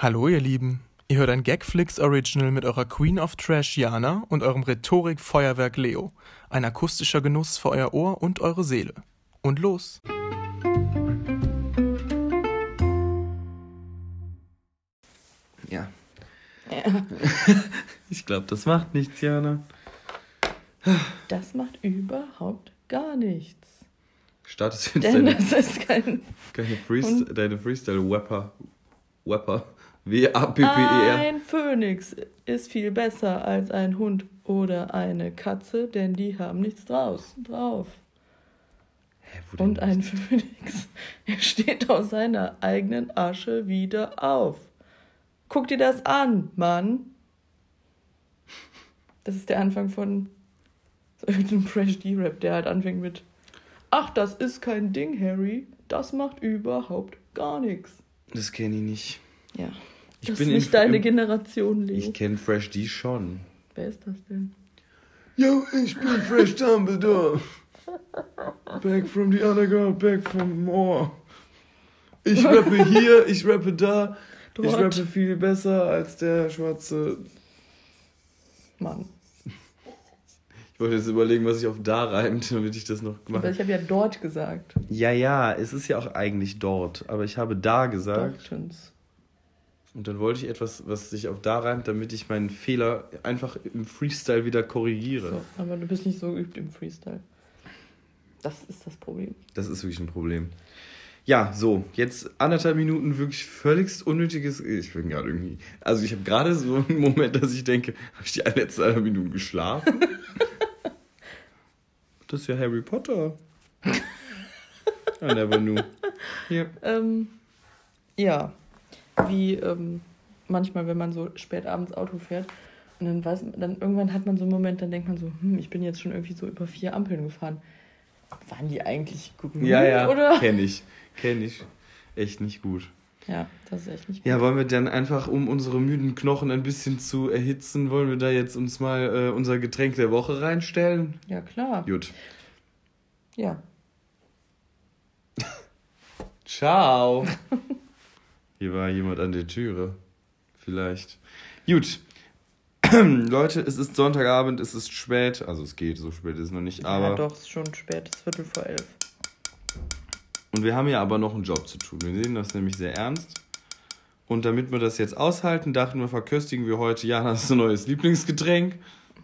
Hallo ihr Lieben, ihr hört ein Gagflix Original mit eurer Queen of Trash Jana und eurem Rhetorik-Feuerwerk Leo. Ein akustischer Genuss für euer Ohr und eure Seele. Und los! Ja. Ich glaube, das macht nichts, Jana. Das macht überhaupt gar nichts. Startest du jetzt Denn das ist kein... deine Freestyle-Wapper. W-A-P-P-E-R. Ein Phönix ist viel besser als ein Hund oder eine Katze, denn die haben nichts drauf. Hä, wo denn Und ein nicht? Phönix, er steht aus seiner eigenen Asche wieder auf. Guck dir das an, Mann. Das ist der Anfang von so irgendeinem Fresh D-Rap, der halt anfängt mit: Ach, das ist kein Ding, Harry. Das macht überhaupt gar nichts. Das kenne ich nicht. Ja, Ich das bin ist nicht deine Generation, Leo. Ich kenne Fresh D schon. Wer ist das denn? Yo, ich bin Fresh Dumbledore. Back from the underground, back from more. Ich rappe hier, ich rappe da. Dort. Ich rappe viel besser als der schwarze... Mann. Ich wollte jetzt überlegen, was sich auf da reimt, damit ich das noch gemacht Aber habe. ich habe ja dort gesagt. Ja, es ist ja auch eigentlich dort. Aber ich habe da gesagt. Dortens. Und dann wollte ich etwas, was sich auf da reimt, damit ich meinen Fehler einfach im Freestyle wieder korrigiere. So, aber du bist nicht so geübt im Freestyle. Das ist das Problem. Das ist wirklich ein Problem. Ja, so, jetzt 1,5 Minuten wirklich völligst unnötiges... Ich bin gerade irgendwie... Also ich habe gerade so einen Moment, dass ich denke, habe ich die letzten 1,5 Minuten geschlafen? Das ist ja Harry Potter. I never knew. Hier. Ja, wie manchmal, wenn man so spät abends Auto fährt und dann irgendwann hat man so einen Moment, dann denkt man so, ich bin jetzt schon irgendwie so über 4 Ampeln gefahren. Waren die eigentlich grün, Ja, oder? Kenn ich. Echt nicht gut. Ja, das ist echt nicht gut. Ja, wollen wir dann einfach, um unsere müden Knochen ein bisschen zu erhitzen, wollen wir da jetzt uns mal unser Getränk der Woche reinstellen? Ja, klar. Gut. Ja. Ciao. Hier war jemand an der Türe. Vielleicht. Gut. Leute, es ist Sonntagabend, es ist spät. Also es geht, so spät ist es noch nicht, aber... Ja, doch, es ist schon spät, es ist 11:15. Und wir haben ja aber noch einen Job zu tun. Wir sehen das nämlich sehr ernst. Und damit wir das jetzt aushalten, dachten wir, verköstigen wir heute Janas neues Lieblingsgetränk.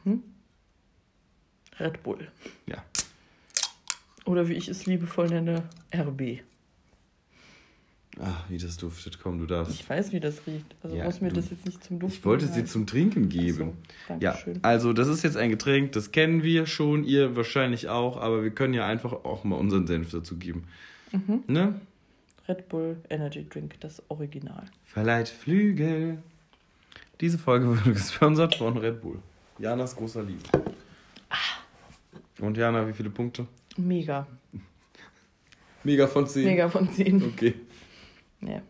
Red Bull. Ja. Oder wie ich es liebevoll nenne, RB. Ach, wie das duftet. Komm, du darfst. Ich weiß, wie das riecht. Also Ja, muss mir du- das jetzt nicht zum Duften Ich wollte es dir halten. zum Trinken geben. Ach so, Ja, Dankeschön. also das ist jetzt ein Getränk, das kennen wir schon, ihr wahrscheinlich auch, aber wir können ja einfach auch mal unseren Senf dazu geben. Ne? Red Bull Energy Drink, das Original. Verleiht Flügel. Diese Folge wurde gesponsert von Red Bull. Janas großer Liebe. Und Jana, wie viele Punkte? Mega. Mega von 10. Mega von 10. Okay. Ja.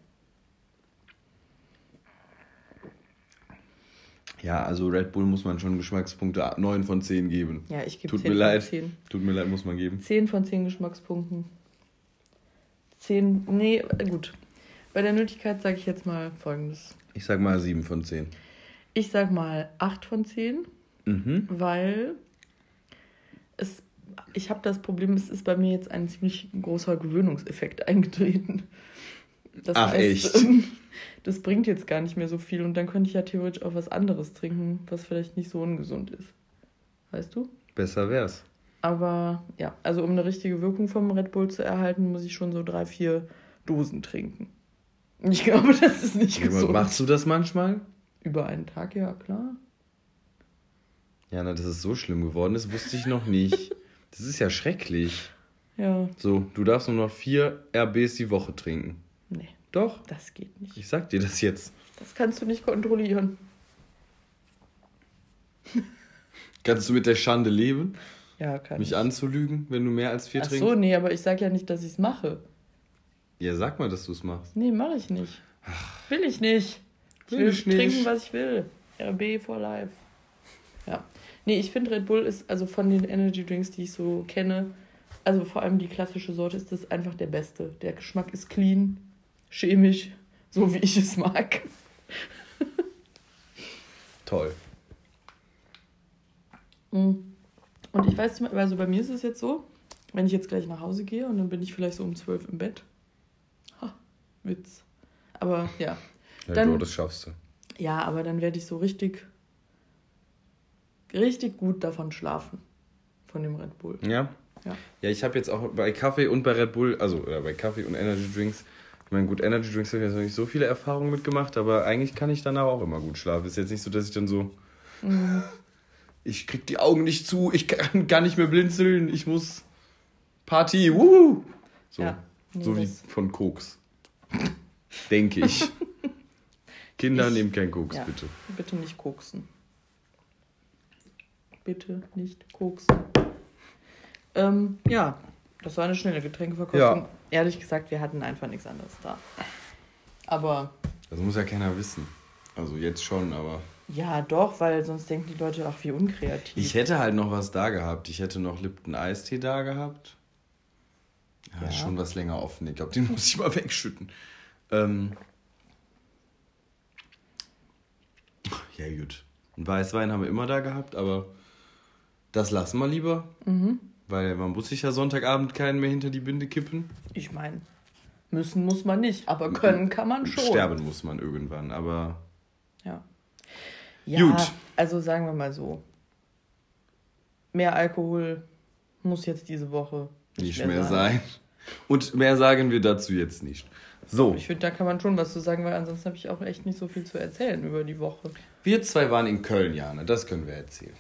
Ja, also Red Bull muss man schon Geschmackspunkte 9 von 10 geben. Ja, ich gebe Tut 10 mir von leid. 10. Tut mir leid, muss man geben. 10 von 10 Geschmackspunkten. 10, nee, gut. Bei der Nötigkeit sage ich jetzt mal Folgendes. Ich sag mal 7 von 10. Ich sag mal 8 von 10, weil ich habe das Problem, es ist bei mir jetzt ein ziemlich großer Gewöhnungseffekt eingetreten. Das Ach, heißt, echt? Das bringt jetzt gar nicht mehr so viel und dann könnte ich ja theoretisch auch was anderes trinken, was vielleicht nicht so ungesund ist. Weißt du? Besser wär's. Aber ja, also um eine richtige Wirkung vom Red Bull zu erhalten, muss ich schon so 3-4 Dosen trinken. Ich glaube, das ist nicht gesund. Machst du das manchmal? Über einen Tag, ja, klar. Jana, dass es so schlimm geworden ist, wusste ich noch nicht. Das ist ja schrecklich. Ja, So, du darfst nur noch 4 RBs die Woche trinken. nee, Doch, das geht nicht. ich sag dir das jetzt. Das kannst du nicht kontrollieren. Kannst du mit der Schande leben, Ja, kann mich ich. anzulügen, wenn du mehr als 4 Ach trinkst? so, nee, aber ich sag ja nicht, dass ich es mache. Ja, sag mal, dass du es machst. Nee, mache ich nicht. Will ich nicht. Ich Will will ich nicht. trinken, was ich will. RB for life. Ja. Nee, ich finde Red Bull ist, also von den Energy Drinks, die ich so kenne, also vor allem die klassische Sorte, ist das einfach der beste. Der Geschmack ist clean, chemisch, so wie ich es mag. Toll. Und ich weiß, also bei mir ist es jetzt so, wenn ich jetzt gleich nach Hause gehe und dann bin ich vielleicht so um 12 im Bett. Ha, Witz. Aber ja. Ja, Dann, du, das schaffst du. Ja, aber dann werde ich so richtig gut davon schlafen. Von dem Red Bull. Ja? Ja, ich habe jetzt auch bei Kaffee und bei Red Bull, also oder bei Kaffee und Energy Drinks, ich meine, gut, Energy Drinks habe ich jetzt noch nicht so viele Erfahrungen mitgemacht, aber eigentlich kann ich danach auch immer gut schlafen. Ist jetzt nicht so, dass ich dann so, ich krieg die Augen nicht zu, ich kann gar nicht mehr blinzeln, ich muss Party, wuhu! So, Ja, nee, so wie von Koks. Denke ich. Kinder, nehmt kein Koks, ja, bitte. Bitte nicht koksen. Bitte nicht koksen. Ja, das war eine schnelle Getränkeverkostung. Ja. Ehrlich gesagt, wir hatten einfach nichts anderes da. Aber... Das muss ja keiner wissen. Also jetzt schon, aber... Ja, doch, weil sonst denken die Leute, ach, wie unkreativ. Ich hätte halt noch was da gehabt. Ich hätte noch Lipton Eistee da gehabt. Ja, ist schon was länger offen. Ich glaube, den muss ich mal wegschütten. Ja, gut. Einen Weißwein haben wir immer da gehabt, aber das lassen wir lieber. Weil man muss sich ja Sonntagabend keinen mehr hinter die Binde kippen. Ich meine, müssen muss man nicht, aber können kann man schon. Sterben muss man irgendwann, aber... Ja, gut. Also sagen wir mal so. Mehr Alkohol muss jetzt diese Woche nicht mehr sein. Und mehr sagen wir dazu jetzt nicht. So. Ich finde, da kann man schon was zu sagen, weil ansonsten habe ich auch echt nicht so viel zu erzählen über die Woche. Wir zwei waren in Köln, Jana. Das können wir erzählen.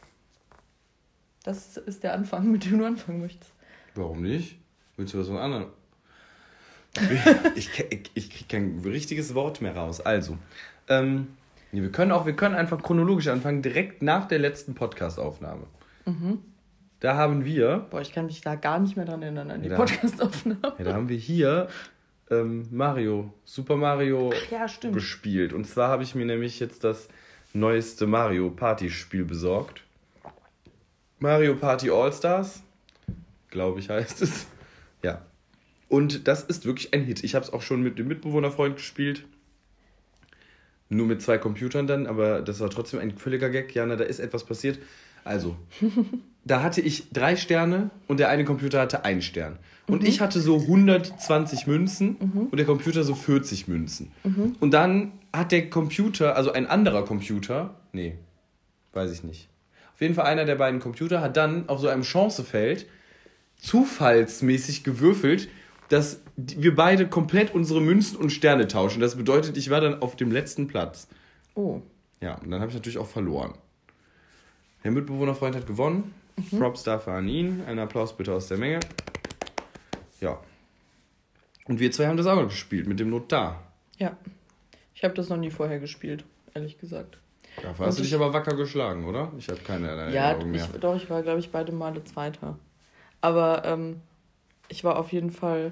Das ist der Anfang, mit dem du anfangen möchtest. Warum nicht? Willst du was von anderen? Ich kriege kein richtiges Wort mehr raus. Also, wir können einfach chronologisch anfangen, direkt nach der letzten Podcast-Aufnahme. Da haben wir... Boah, ich kann mich da gar nicht mehr dran erinnern, an die Podcast-Aufnahme. Ja, da haben wir hier Super Mario stimmt. gespielt. Und zwar habe ich mir nämlich jetzt das neueste Mario Party-Spiel besorgt. Mario Party All-Stars, glaube ich, heißt es. Ja. Und das ist wirklich ein Hit. Ich habe es auch schon mit dem Mitbewohnerfreund gespielt. Nur mit 2 Computern dann, aber das war trotzdem ein völliger Gag. Jana, da ist etwas passiert. Also, da hatte ich 3 Sterne und der eine Computer hatte 1 Stern. Und ich hatte so 120 Münzen und der Computer so 40 Münzen. Und dann hat der Computer, also ein anderer Computer, weiß ich nicht. Auf jeden Fall einer der beiden Computer hat dann auf so einem Chancefeld zufallsmäßig gewürfelt, dass wir beide komplett unsere Münzen und Sterne tauschen. Das bedeutet, ich war dann auf dem letzten Platz. Oh. Ja, und dann habe ich natürlich auch verloren. Der Mitbewohnerfreund hat gewonnen. Props dafür an ihn. Einen Applaus bitte aus der Menge. Ja. Und wir zwei haben das auch noch gespielt mit dem Notar. Ja. Ich habe das noch nie vorher gespielt, ehrlich gesagt. Dafür hast du dich aber wacker geschlagen, oder? Ich habe keine Erinnerung mehr. Ja, ich war, glaube ich, beide Male Zweiter. Aber ich war auf jeden Fall...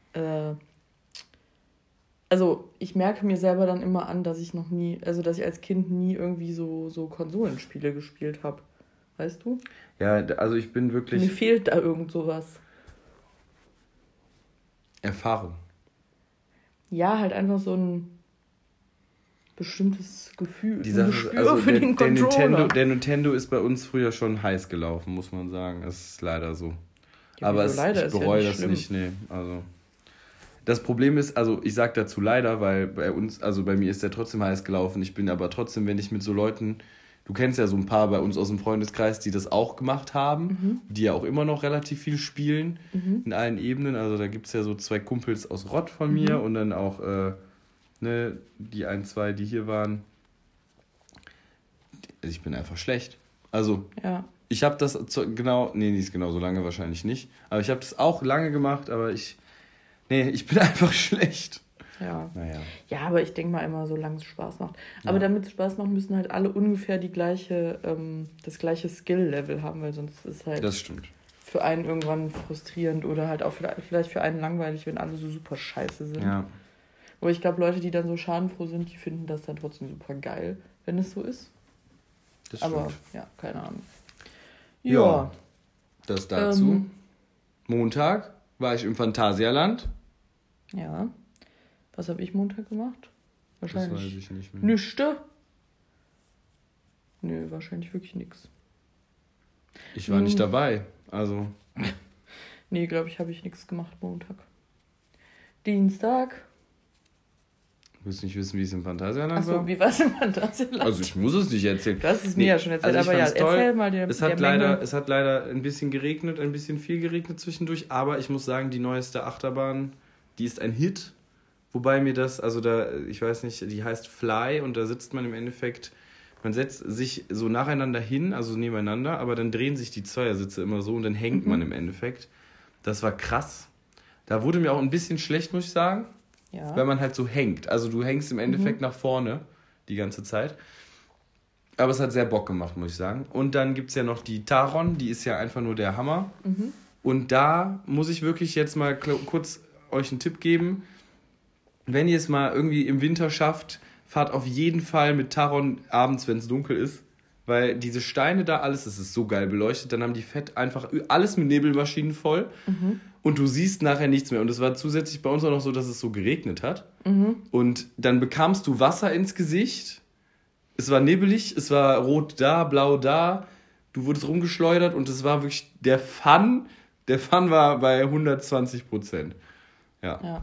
Also, ich merke mir selber dann immer an, dass ich dass ich als Kind nie irgendwie so Konsolenspiele gespielt habe. Weißt du? Ja, also ich bin wirklich... Mir fehlt da irgend sowas. Erfahrung. Ja, halt einfach so ein bestimmtes Gefühl. Die Sache, Gespür also für den Controller. Der Nintendo ist bei uns früher schon heiß gelaufen, muss man sagen. Das ist leider so. Ja, aber ich bereue das schlimm. nicht, nee. Also... Das Problem ist, also ich sage dazu leider, weil bei mir ist der trotzdem heiß gelaufen. Ich bin aber trotzdem, wenn ich mit so Leuten, du kennst ja so ein paar bei uns aus dem Freundeskreis, die das auch gemacht haben, die ja auch immer noch relativ viel spielen in allen Ebenen. Also da gibt es ja so 2 Kumpels aus Rott von mir und dann auch die 1, 2, die hier waren. Also ich bin einfach schlecht. Also ich habe das nicht genau so lange wahrscheinlich nicht, aber ich habe das auch lange gemacht, aber ich bin einfach schlecht. Ja. Naja. Ja, aber ich denke mal immer, solange es Spaß macht. Aber damit es Spaß macht, müssen halt alle ungefähr das gleiche Skill-Level haben, weil sonst ist halt das stimmt. Für einen irgendwann frustrierend oder halt auch vielleicht für einen langweilig, wenn alle so super scheiße sind. Ja. Aber ich glaube, Leute, die dann so schadenfroh sind, die finden das dann trotzdem super geil, wenn es so ist. Das stimmt. Aber ja, keine Ahnung. Ja. Das dazu. Montag war ich im Phantasialand. Ja. Was habe ich Montag gemacht? Wahrscheinlich. Das weiß ich nicht mehr. Nüchte? Nö, wahrscheinlich wirklich nix. Ich war nicht dabei, also... Nee, glaube ich, habe ich nichts gemacht Montag. Dienstag. Willst du nicht wissen, wie es im Phantasialand war? Achso, wie war es im Phantasialand? Also ich muss es nicht erzählen. Das ist mir ja schon erzählt, also aber ja, erzähl toll. mal Es hat leider ein bisschen geregnet, ein bisschen viel geregnet zwischendurch, aber ich muss sagen, die neueste Achterbahn, die ist ein Hit. Wobei mir das, also da, ich weiß nicht, die heißt Fly und da sitzt man im Endeffekt, man setzt sich so nacheinander hin, also nebeneinander, aber dann drehen sich die Zweiersitze immer so und dann hängt man im Endeffekt. Das war krass. Da wurde mir auch ein bisschen schlecht, muss ich sagen. Ja. Weil man halt so hängt. Also du hängst im Endeffekt nach vorne die ganze Zeit. Aber es hat sehr Bock gemacht, muss ich sagen. Und dann gibt es ja noch die Taron, die ist ja einfach nur der Hammer. Und da muss ich wirklich jetzt mal kurz euch einen Tipp geben. Wenn ihr es mal irgendwie im Winter schafft, fahrt auf jeden Fall mit Taron abends, wenn es dunkel ist. Weil diese Steine da, alles, das ist so geil beleuchtet. Dann haben die Fett einfach alles mit Nebelmaschinen voll. Und du siehst nachher nichts mehr. Und es war zusätzlich bei uns auch noch so, dass es so geregnet hat. Und dann bekamst du Wasser ins Gesicht. Es war nebelig, es war rot da, blau da. Du wurdest rumgeschleudert und es war wirklich der Fun. Der Fun war bei 120%. Ja.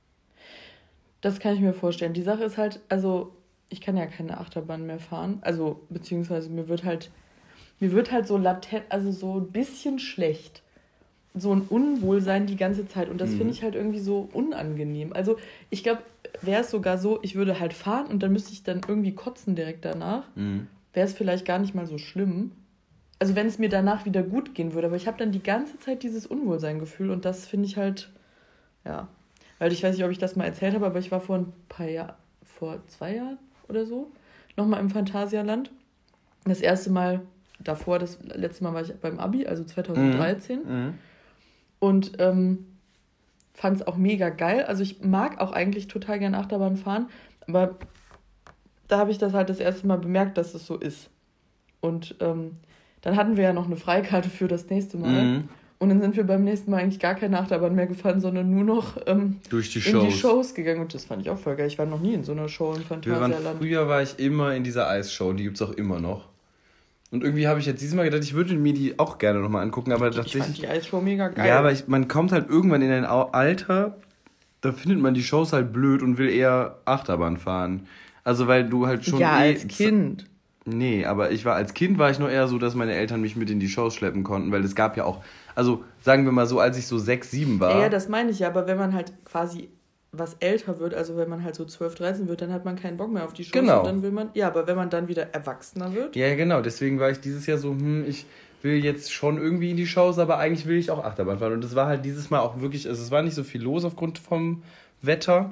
Das kann ich mir vorstellen. Die Sache ist halt, also ich kann ja keine Achterbahn mehr fahren. Also, beziehungsweise mir wird halt so latent, also so ein bisschen schlecht. So ein Unwohlsein die ganze Zeit. Und das finde ich halt irgendwie so unangenehm. Also ich glaube, wäre es sogar so, ich würde halt fahren und dann müsste ich dann irgendwie kotzen direkt danach. Wäre es vielleicht gar nicht mal so schlimm. Also wenn es mir danach wieder gut gehen würde. Aber ich habe dann die ganze Zeit dieses Unwohlsein-Gefühl und das finde ich halt, ja. Weil ich weiß nicht, ob ich das mal erzählt habe, aber ich war vor 2 Jahren oder so, nochmal im Phantasialand. Das erste Mal davor, das letzte Mal war ich beim Abi, also 2013. Und fand es auch mega geil. Also ich mag auch eigentlich total gern Achterbahn fahren, aber da habe ich das halt das erste Mal bemerkt, dass es so ist. Und dann hatten wir ja noch eine Freikarte für das nächste Mal. Und dann sind wir beim nächsten Mal eigentlich gar keine Achterbahn mehr gefahren, sondern nur noch durch die in die Shows gegangen. Und das fand ich auch voll geil. Ich war noch nie in so einer Show im Phantasialand. Früher war ich immer in dieser Eisshow, die gibt es auch immer noch. Und irgendwie habe ich jetzt dieses Mal gedacht, ich würde mir die auch gerne nochmal angucken. Aber ich fand die Eisshow mega geil. Ja, aber man kommt halt irgendwann in ein Alter, da findet man die Shows halt blöd und will eher Achterbahn fahren. Also weil du halt schon... Ja, als Kind. Nee, aber als Kind war ich noch eher so, dass meine Eltern mich mit in die Shows schleppen konnten, weil es gab ja auch... Also sagen wir mal so, als ich so 6, 7 war... Ja, das meine ich ja, aber wenn man halt quasi was älter wird, also wenn man halt so 12, 13 wird, dann hat man keinen Bock mehr auf die Shows. Genau. Und dann will man... Ja, aber wenn man dann wieder erwachsener wird... Ja, genau. Deswegen war ich dieses Jahr so, ich will jetzt schon irgendwie in die Shows, aber eigentlich will ich auch Achterbahn fahren. Und das war halt dieses Mal auch wirklich... Also es war nicht so viel los aufgrund vom Wetter.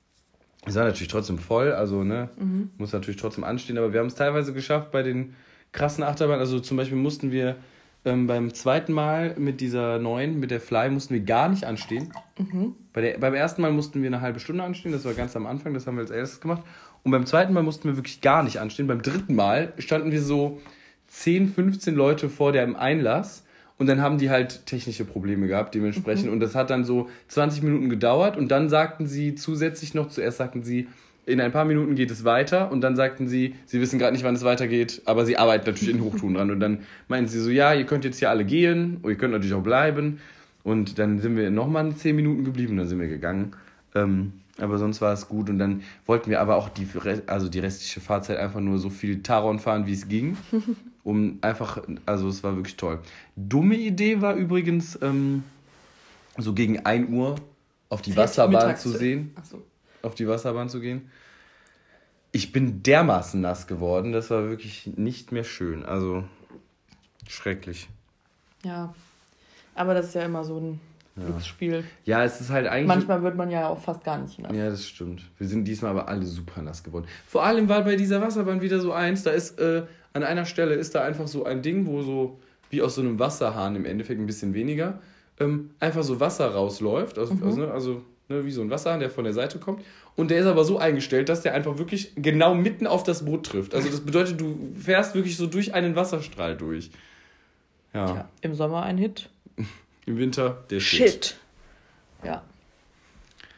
Es war natürlich trotzdem voll, also muss natürlich trotzdem anstehen. Aber wir haben es teilweise geschafft bei den krassen Achterbahnen. Also zum Beispiel mussten wir... beim zweiten Mal mit dieser neuen, mit der Fly, mussten wir gar nicht anstehen. Beim ersten Mal mussten wir eine halbe Stunde anstehen, das war ganz am Anfang, das haben wir als erstes gemacht. Und beim zweiten Mal mussten wir wirklich gar nicht anstehen. Beim dritten Mal standen wir so 10, 15 Leute vor dem Einlass und dann haben die halt technische Probleme gehabt dementsprechend. Und das hat dann so 20 Minuten gedauert und dann sagten sie zusätzlich noch, zuerst sagten sie, in ein paar Minuten geht es weiter und dann sagten sie wissen gerade nicht, wann es weitergeht, aber sie arbeiten natürlich in Hochtouren dran. Und dann meinten sie so, ja, ihr könnt jetzt hier alle gehen und ihr könnt natürlich auch bleiben. Und dann sind wir nochmal 10 Minuten geblieben und dann sind wir gegangen. Aber sonst war es gut. Und dann wollten wir aber auch die restliche Fahrzeit einfach nur so viel Taron fahren, wie es ging. Es war wirklich toll. Dumme Idee war übrigens, so gegen 1 Uhr auf die Wasserbahn zu sehen. Ach so. Auf die Wasserbahn zu gehen. Ich bin dermaßen nass geworden, das war wirklich nicht mehr schön. Also schrecklich. Ja, aber das ist ja immer so ein Glücksspiel. Ja, es ist halt eigentlich... Manchmal wird man ja auch fast gar nicht nass. Ja, das stimmt. Wir sind diesmal aber alle super nass geworden. Vor allem war bei dieser Wasserbahn wieder so eins, da ist an einer Stelle ist da einfach so ein Ding, wo so wie aus so einem Wasserhahn im Endeffekt ein bisschen weniger, einfach so Wasser rausläuft. Wie so ein Wasserhahn, der von der Seite kommt. Und der ist aber so eingestellt, dass der einfach wirklich genau mitten auf das Boot trifft. Also das bedeutet, du fährst wirklich so durch einen Wasserstrahl durch. Ja. Im Sommer ein Hit. Im Winter der Shit. Ja.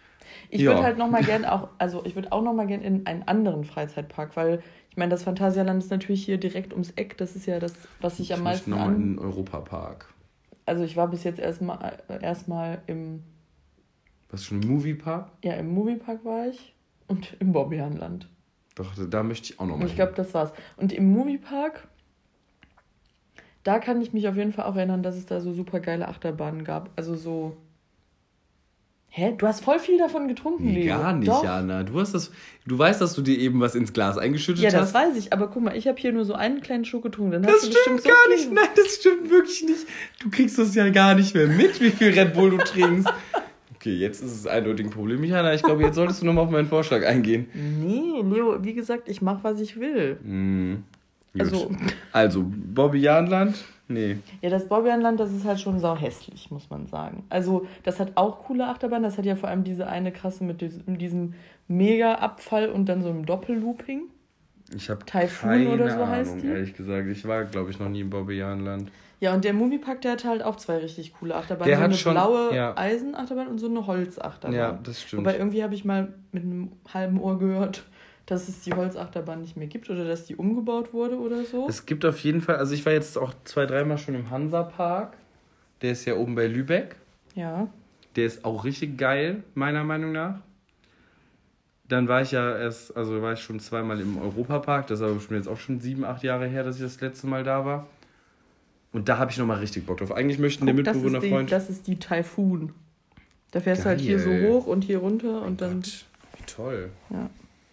Ich würde halt nochmal gern ich würde auch nochmal gern in einen anderen Freizeitpark, weil ich meine, das Phantasialand ist natürlich hier direkt ums Eck. Das ist ja das, was ich am meisten nochmal in den Europapark. Also ich war bis jetzt erstmal im... Was, schon im Moviepark? Ja, im Moviepark war ich und im Bobbejahnland. Doch, da möchte ich auch nochmal. Ich glaube, das war's. Und im Moviepark, da kann ich mich auf jeden Fall auch erinnern, dass es da so super geile Achterbahnen gab. Also so... Hä? Du hast voll viel davon getrunken, Nee, Leo. gar nicht, Doch. Jana. Du weißt, dass du dir eben was ins Glas eingeschüttet hast. Ja, das weiß ich. Aber guck mal, ich habe hier nur so einen kleinen Schluck getrunken. Dann Das hast du stimmt bestimmt gar so nicht. viel... Nein, das stimmt wirklich nicht. Du kriegst das ja gar nicht mehr mit, wie viel Red Bull du trinkst. Okay, jetzt ist es eindeutig ein Problem. Jana, ich glaube, jetzt solltest du nochmal auf meinen Vorschlag eingehen. Nee, Leo, wie gesagt, ich mache, was ich will. Also Bobbejahnland? Nee. Ja, das Bobbejahnland, das ist halt schon sau hässlich, muss man sagen. Also, das hat auch coole Achterbahnen. Das hat ja vor allem diese eine krasse mit diesem Mega-Abfall und dann so einem Doppellooping. Ich habe Typhoon oder so heißt die. Ehrlich gesagt. Ich war, glaube ich, noch nie im Bobbejahnland. Ja, und der Moviepark, der hat halt auch 2 richtig coole Achterbahnen. Der so hat eine schon, blaue Eisenachterbahn und so eine Holzachterbahn. Ja, das stimmt. Wobei irgendwie habe ich mal mit einem halben Ohr gehört, dass es die Holzachterbahn nicht mehr gibt oder dass die umgebaut wurde oder so. Es gibt auf jeden Fall, also ich war jetzt auch 2-3 Mal schon im Hansapark. Der ist ja oben bei Lübeck. Ja. Der ist auch richtig geil, meiner Meinung nach. Dann war ich schon 2-mal im Europapark. Das ist aber jetzt auch schon 7-8 Jahre her, dass ich das letzte Mal da war. Und da habe ich nochmal richtig Bock drauf. Eigentlich möchten der Mitbewohnerfreund... Das ist die Typhoon. Da fährst du halt hier so hoch und hier runter und dann... Gott, wie toll. Ja.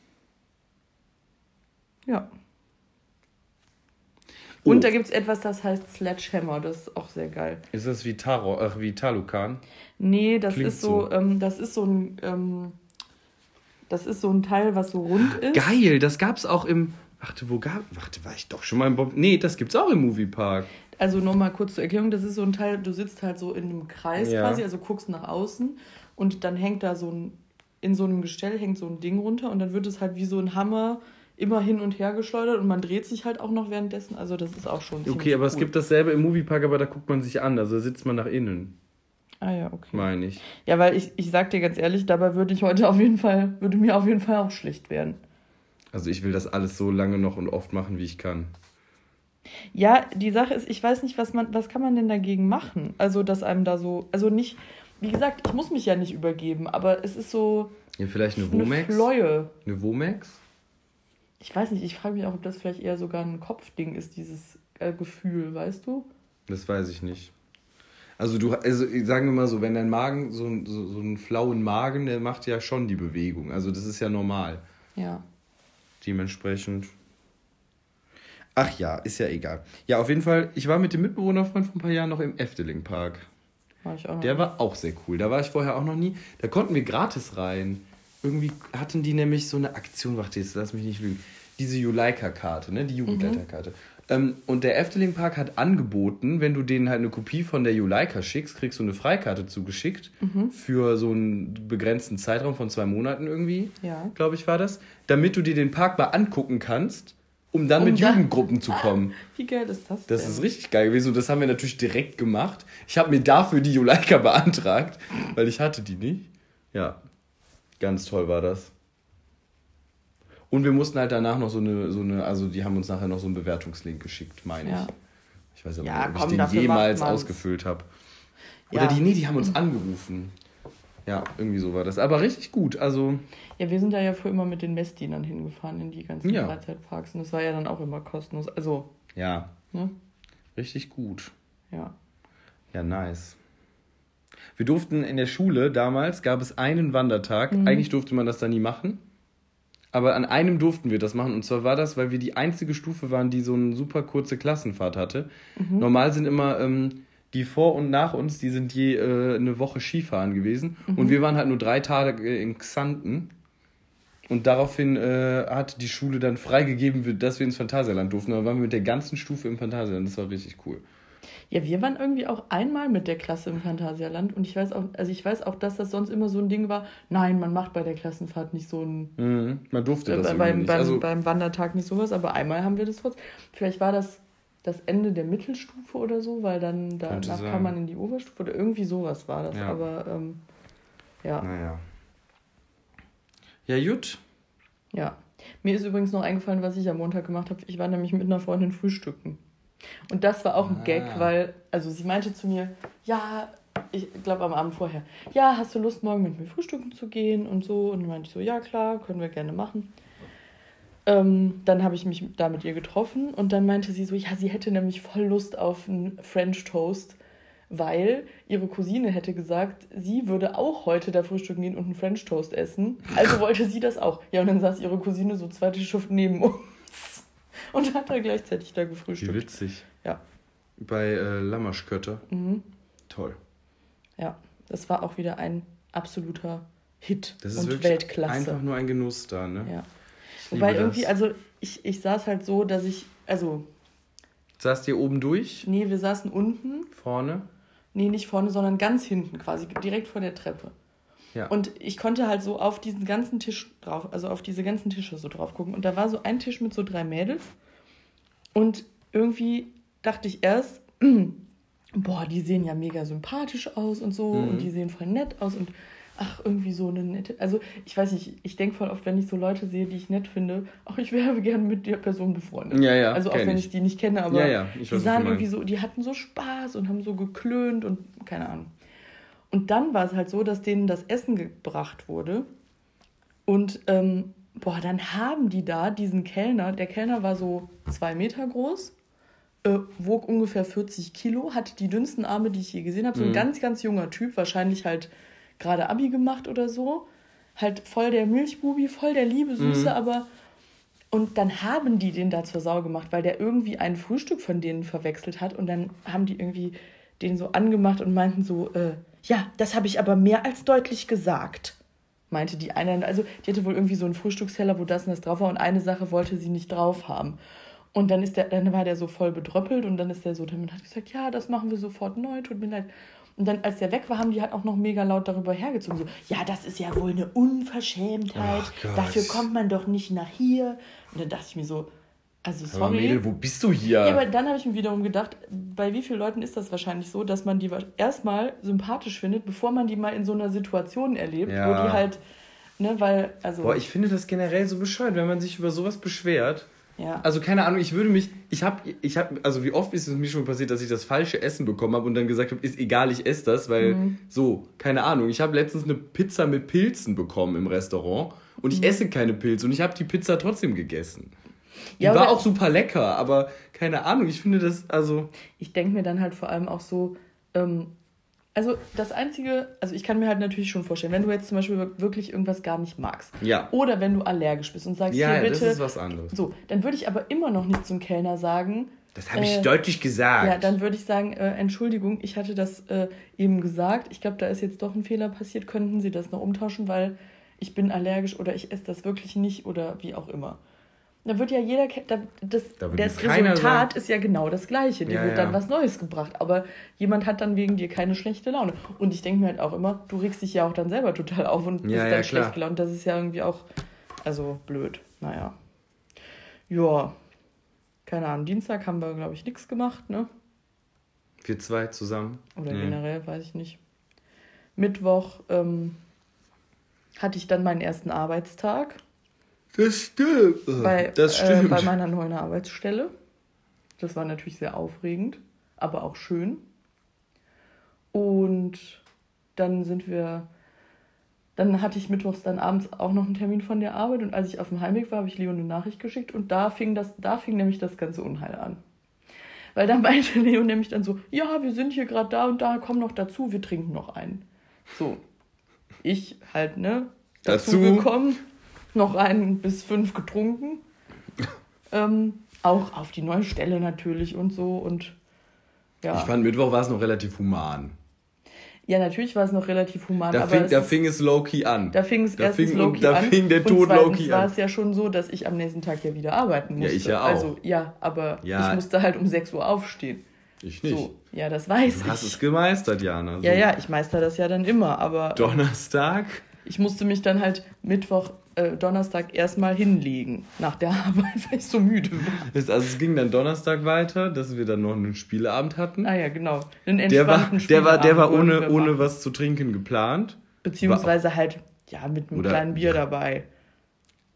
Ja. Und da gibt es etwas, das heißt Sledgehammer. Das ist auch sehr geil. Ist das wie Talukan? Nee, das ist so ein Teil, was so rund ist. Geil, das gab's auch im... war ich doch schon mal im Bob... Nee, das gibt's auch im Moviepark. Also nochmal kurz zur Erklärung, das ist so ein Teil, du sitzt halt so in einem Kreis quasi, also guckst nach außen und dann hängt da in so einem Gestell hängt so ein Ding runter und dann wird es halt wie so ein Hammer immer hin und her geschleudert und man dreht sich halt auch noch währenddessen, also das ist auch schon ziemlich Okay, aber cool. Es gibt dasselbe im Moviepark, aber da guckt man sich an, also da sitzt man nach innen. Ah ja, okay. Meine ich. Ja, weil ich sag dir ganz ehrlich, dabei würde mir auf jeden Fall auch schlecht werden. Also ich will das alles so lange noch und oft machen, wie ich kann. Ja, die Sache ist, ich weiß nicht, was kann man denn dagegen machen? Also, dass einem da so, also nicht, wie gesagt, ich muss mich ja nicht übergeben, aber es ist so... Ja, vielleicht eine Womax? Eine Fleue. Eine Womax? Ich weiß nicht, ich frage mich auch, ob das vielleicht eher sogar ein Kopfding ist, dieses Gefühl, weißt du? Das weiß ich nicht. Also sagen wir mal so, wenn dein Magen, so einen flauen Magen, der macht ja schon die Bewegung. Also das ist ja normal. Ja. Dementsprechend... Ach ja, ist ja egal. Ja, auf jeden Fall, ich war mit dem Mitbewohnerfreund vor ein paar Jahren noch im Efteling-Park. War ich auch noch. Der war auch sehr cool. Da war ich vorher auch noch nie. Da konnten wir gratis rein. Irgendwie hatten die nämlich so eine Aktion, warte jetzt, lass mich nicht lügen. Diese Juleika-Karte, ne? Die Jugendleiterkarte. Und der Efteling-Park hat angeboten, wenn du denen halt eine Kopie von der Juleika schickst, kriegst du eine Freikarte zugeschickt für so einen begrenzten Zeitraum von 2 Monaten irgendwie, glaube ich, war das. Damit du dir den Park mal angucken kannst, um dann mit Jugendgruppen zu kommen. Wie geil ist das denn? Das ist richtig geil gewesen und das haben wir natürlich direkt gemacht. Ich habe mir dafür die Juleika beantragt, weil ich hatte die nicht. Ja, ganz toll war das. Und wir mussten halt danach noch so eine, also die haben uns nachher noch so einen Bewertungslink geschickt, meine ich. Ich weiß aber nicht, ob ich den jemals ausgefüllt habe. Oder die haben uns angerufen. Ja, irgendwie so war das. Aber richtig gut, also... Ja, wir sind da ja früher immer mit den Messdienern hingefahren in die ganzen Freizeitparks. Und das war ja dann auch immer kostenlos. Also... Ja. Ne? Richtig gut. Ja. Ja, nice. Wir durften in der Schule damals, gab es einen Wandertag. Eigentlich durfte man das da nie machen. Aber an einem durften wir das machen. Und zwar war das, weil wir die einzige Stufe waren, die so eine super kurze Klassenfahrt hatte. Normal sind immer... die vor und nach uns, die sind je eine Woche Skifahren gewesen. Und wir waren halt nur 3 Tage in Xanten. Und daraufhin hat die Schule dann freigegeben, dass wir ins Phantasialand durften. Da waren wir mit der ganzen Stufe im Phantasialand. Das war richtig cool. Ja, wir waren irgendwie auch einmal mit der Klasse im Phantasialand. Und ich weiß auch, dass das sonst immer so ein Ding war. Nein, man macht bei der Klassenfahrt nicht so ein... Man durfte das irgendwie nicht. Beim Wandertag nicht sowas. Aber einmal haben wir das trotzdem. Vielleicht war das Ende der Mittelstufe oder so, weil dann danach kam man in die Oberstufe oder irgendwie sowas war das. Ja. Aber ja. Naja. Ja, gut. Ja. Mir ist übrigens noch eingefallen, was ich am Montag gemacht habe. Ich war nämlich mit einer Freundin frühstücken. Und das war auch ein Gag, weil, also sie meinte zu mir, ja, ich glaube am Abend vorher, ja, hast du Lust, morgen mit mir frühstücken zu gehen und so? Und dann meinte ich so, ja, klar, können wir gerne machen. Dann habe ich mich da mit ihr getroffen und dann meinte sie so, ja, sie hätte nämlich voll Lust auf einen French Toast, weil ihre Cousine hätte gesagt, sie würde auch heute da frühstücken gehen und einen French Toast essen. Also wollte sie das auch. Ja, und dann saß ihre Cousine so 2 Tische neben uns und hat da gleichzeitig da gefrühstückt. Wie witzig. Ja. Bei Lammerschkötter. Mhm. Toll. Ja, das war auch wieder ein absoluter Hit das ist und wirklich Weltklasse. Einfach nur ein Genuss da, ne? Ja. Wobei irgendwie, also ich saß halt so, dass ich, also... Saßt ihr oben durch? Nee, wir saßen unten. Vorne? Nee, nicht vorne, sondern ganz hinten quasi, direkt vor der Treppe. Ja. Und ich konnte halt so auf diesen ganzen Tisch drauf, also auf diese ganzen Tische so drauf gucken. Und da war so ein Tisch mit so 3 Mädels. Und irgendwie dachte ich erst, boah, die sehen ja mega sympathisch aus und so. Und die sehen voll nett aus und ach, irgendwie so eine nette... Also ich weiß nicht, ich denke voll oft, wenn ich so Leute sehe, die ich nett finde, ach, ich wäre gerne mit der Person befreundet. Ja, ja, also auch wenn ich die nicht kenne, aber ich die weiß, sahen irgendwie so, die hatten so Spaß und haben so geklönt und keine Ahnung. Und dann war es halt so, dass denen das Essen gebracht wurde und dann haben die da diesen Kellner, der Kellner war so 2 Meter groß, wog ungefähr 40 Kilo, hatte die dünnsten Arme, die ich je gesehen habe, so ein ganz, ganz junger Typ, wahrscheinlich halt gerade Abi gemacht oder so, halt voll der Milchbubi, voll der liebe Süße, aber... Und dann haben die den da zur Sau gemacht, weil der irgendwie ein Frühstück von denen verwechselt hat und dann haben die irgendwie den so angemacht und meinten so, ja, das habe ich aber mehr als deutlich gesagt, meinte die eine. Also die hatte wohl irgendwie so einen Frühstücksteller, wo das und das drauf war und eine Sache wollte sie nicht drauf haben. Und dann war der so voll bedröppelt und dann ist der so damit hat gesagt, ja, das machen wir sofort neu, tut mir leid. Und dann, als der weg war, haben die halt auch noch mega laut darüber hergezogen. So, ja, das ist ja wohl eine Unverschämtheit. Dafür kommt man doch nicht nach hier. Und dann dachte ich mir so, also sorry. Aber Mädel, wo bist du hier? Ja, aber dann habe ich mir wiederum gedacht, bei wie vielen Leuten ist das wahrscheinlich so, dass man die erstmal sympathisch findet, bevor man die mal in so einer Situation erlebt, wo die halt, ne, weil, also... Boah, ich finde das generell so bescheuert, wenn man sich über sowas beschwert. Ja. Also keine Ahnung, also wie oft ist es mir schon passiert, dass ich das falsche Essen bekommen habe und dann gesagt habe, ist egal, ich esse das, weil keine Ahnung. Ich habe letztens eine Pizza mit Pilzen bekommen im Restaurant und ich esse keine Pilze und ich habe die Pizza trotzdem gegessen. Die war auch super lecker, aber keine Ahnung, ich finde das, also... Ich denke mir dann halt vor allem auch so, also das Einzige, also ich kann mir halt natürlich schon vorstellen, wenn du jetzt zum Beispiel wirklich irgendwas gar nicht magst. Ja. Oder wenn du allergisch bist und sagst, hier bitte... Ja, das ist was anderes. So, dann würde ich aber immer noch nicht zum Kellner sagen... Das habe ich deutlich gesagt. Ja, dann würde ich sagen, Entschuldigung, ich hatte das eben gesagt. Ich glaube, da ist jetzt doch ein Fehler passiert. Könnten Sie das noch umtauschen, weil ich bin allergisch oder ich esse das wirklich nicht oder wie auch immer. Da wird ja jeder, das Resultat ist ja genau das Gleiche. Dir wird dann was Neues gebracht. Aber jemand hat dann wegen dir keine schlechte Laune. Und ich denke mir halt auch immer, du regst dich ja auch dann selber total auf und bist dann schlecht gelaunt. Das ist ja irgendwie auch, also blöd. Naja. Ja. Keine Ahnung. Dienstag haben wir, glaube ich, nichts gemacht, ne? Wir 2 zusammen. Oder generell, weiß ich nicht. Mittwoch hatte ich dann meinen ersten Arbeitstag. Das stimmt. Bei meiner neuen Arbeitsstelle. Das war natürlich sehr aufregend, aber auch schön. Und dann hatte ich mittwochs dann abends auch noch einen Termin von der Arbeit und als ich auf dem Heimweg war, habe ich Leo eine Nachricht geschickt und da fing nämlich das ganze Unheil an. Weil dann meinte Leo nämlich dann so, ja, wir sind hier gerade da und da, komm noch dazu, wir trinken noch einen. So, ich halt, dazu gekommen, noch 1 bis 5 getrunken. Auch auf die neue Stelle natürlich und so und ja. Ich fand, Mittwoch war es noch relativ human. Ja, natürlich war es noch relativ human. Da fing es low-key an. Da fing der Tod low-key an. War es ja schon so, dass ich am nächsten Tag ja wieder arbeiten musste. Ja, ich ja auch. Also, aber ich musste halt um 6 Uhr aufstehen. Ich nicht. So, ja, das weiß ich. Du hast es gemeistert, Jana. So. Ja, ich meister das ja dann immer, aber... Donnerstag? Ich musste mich dann halt Donnerstag erstmal hinlegen nach der Arbeit, weil ich so müde war. Also es ging dann Donnerstag weiter, dass wir dann noch einen Spieleabend hatten. Ah ja, genau. Einen entspannten Spieleabend. Der war ohne was zu trinken geplant. Beziehungsweise halt, ja, mit einem kleinen Bier dabei.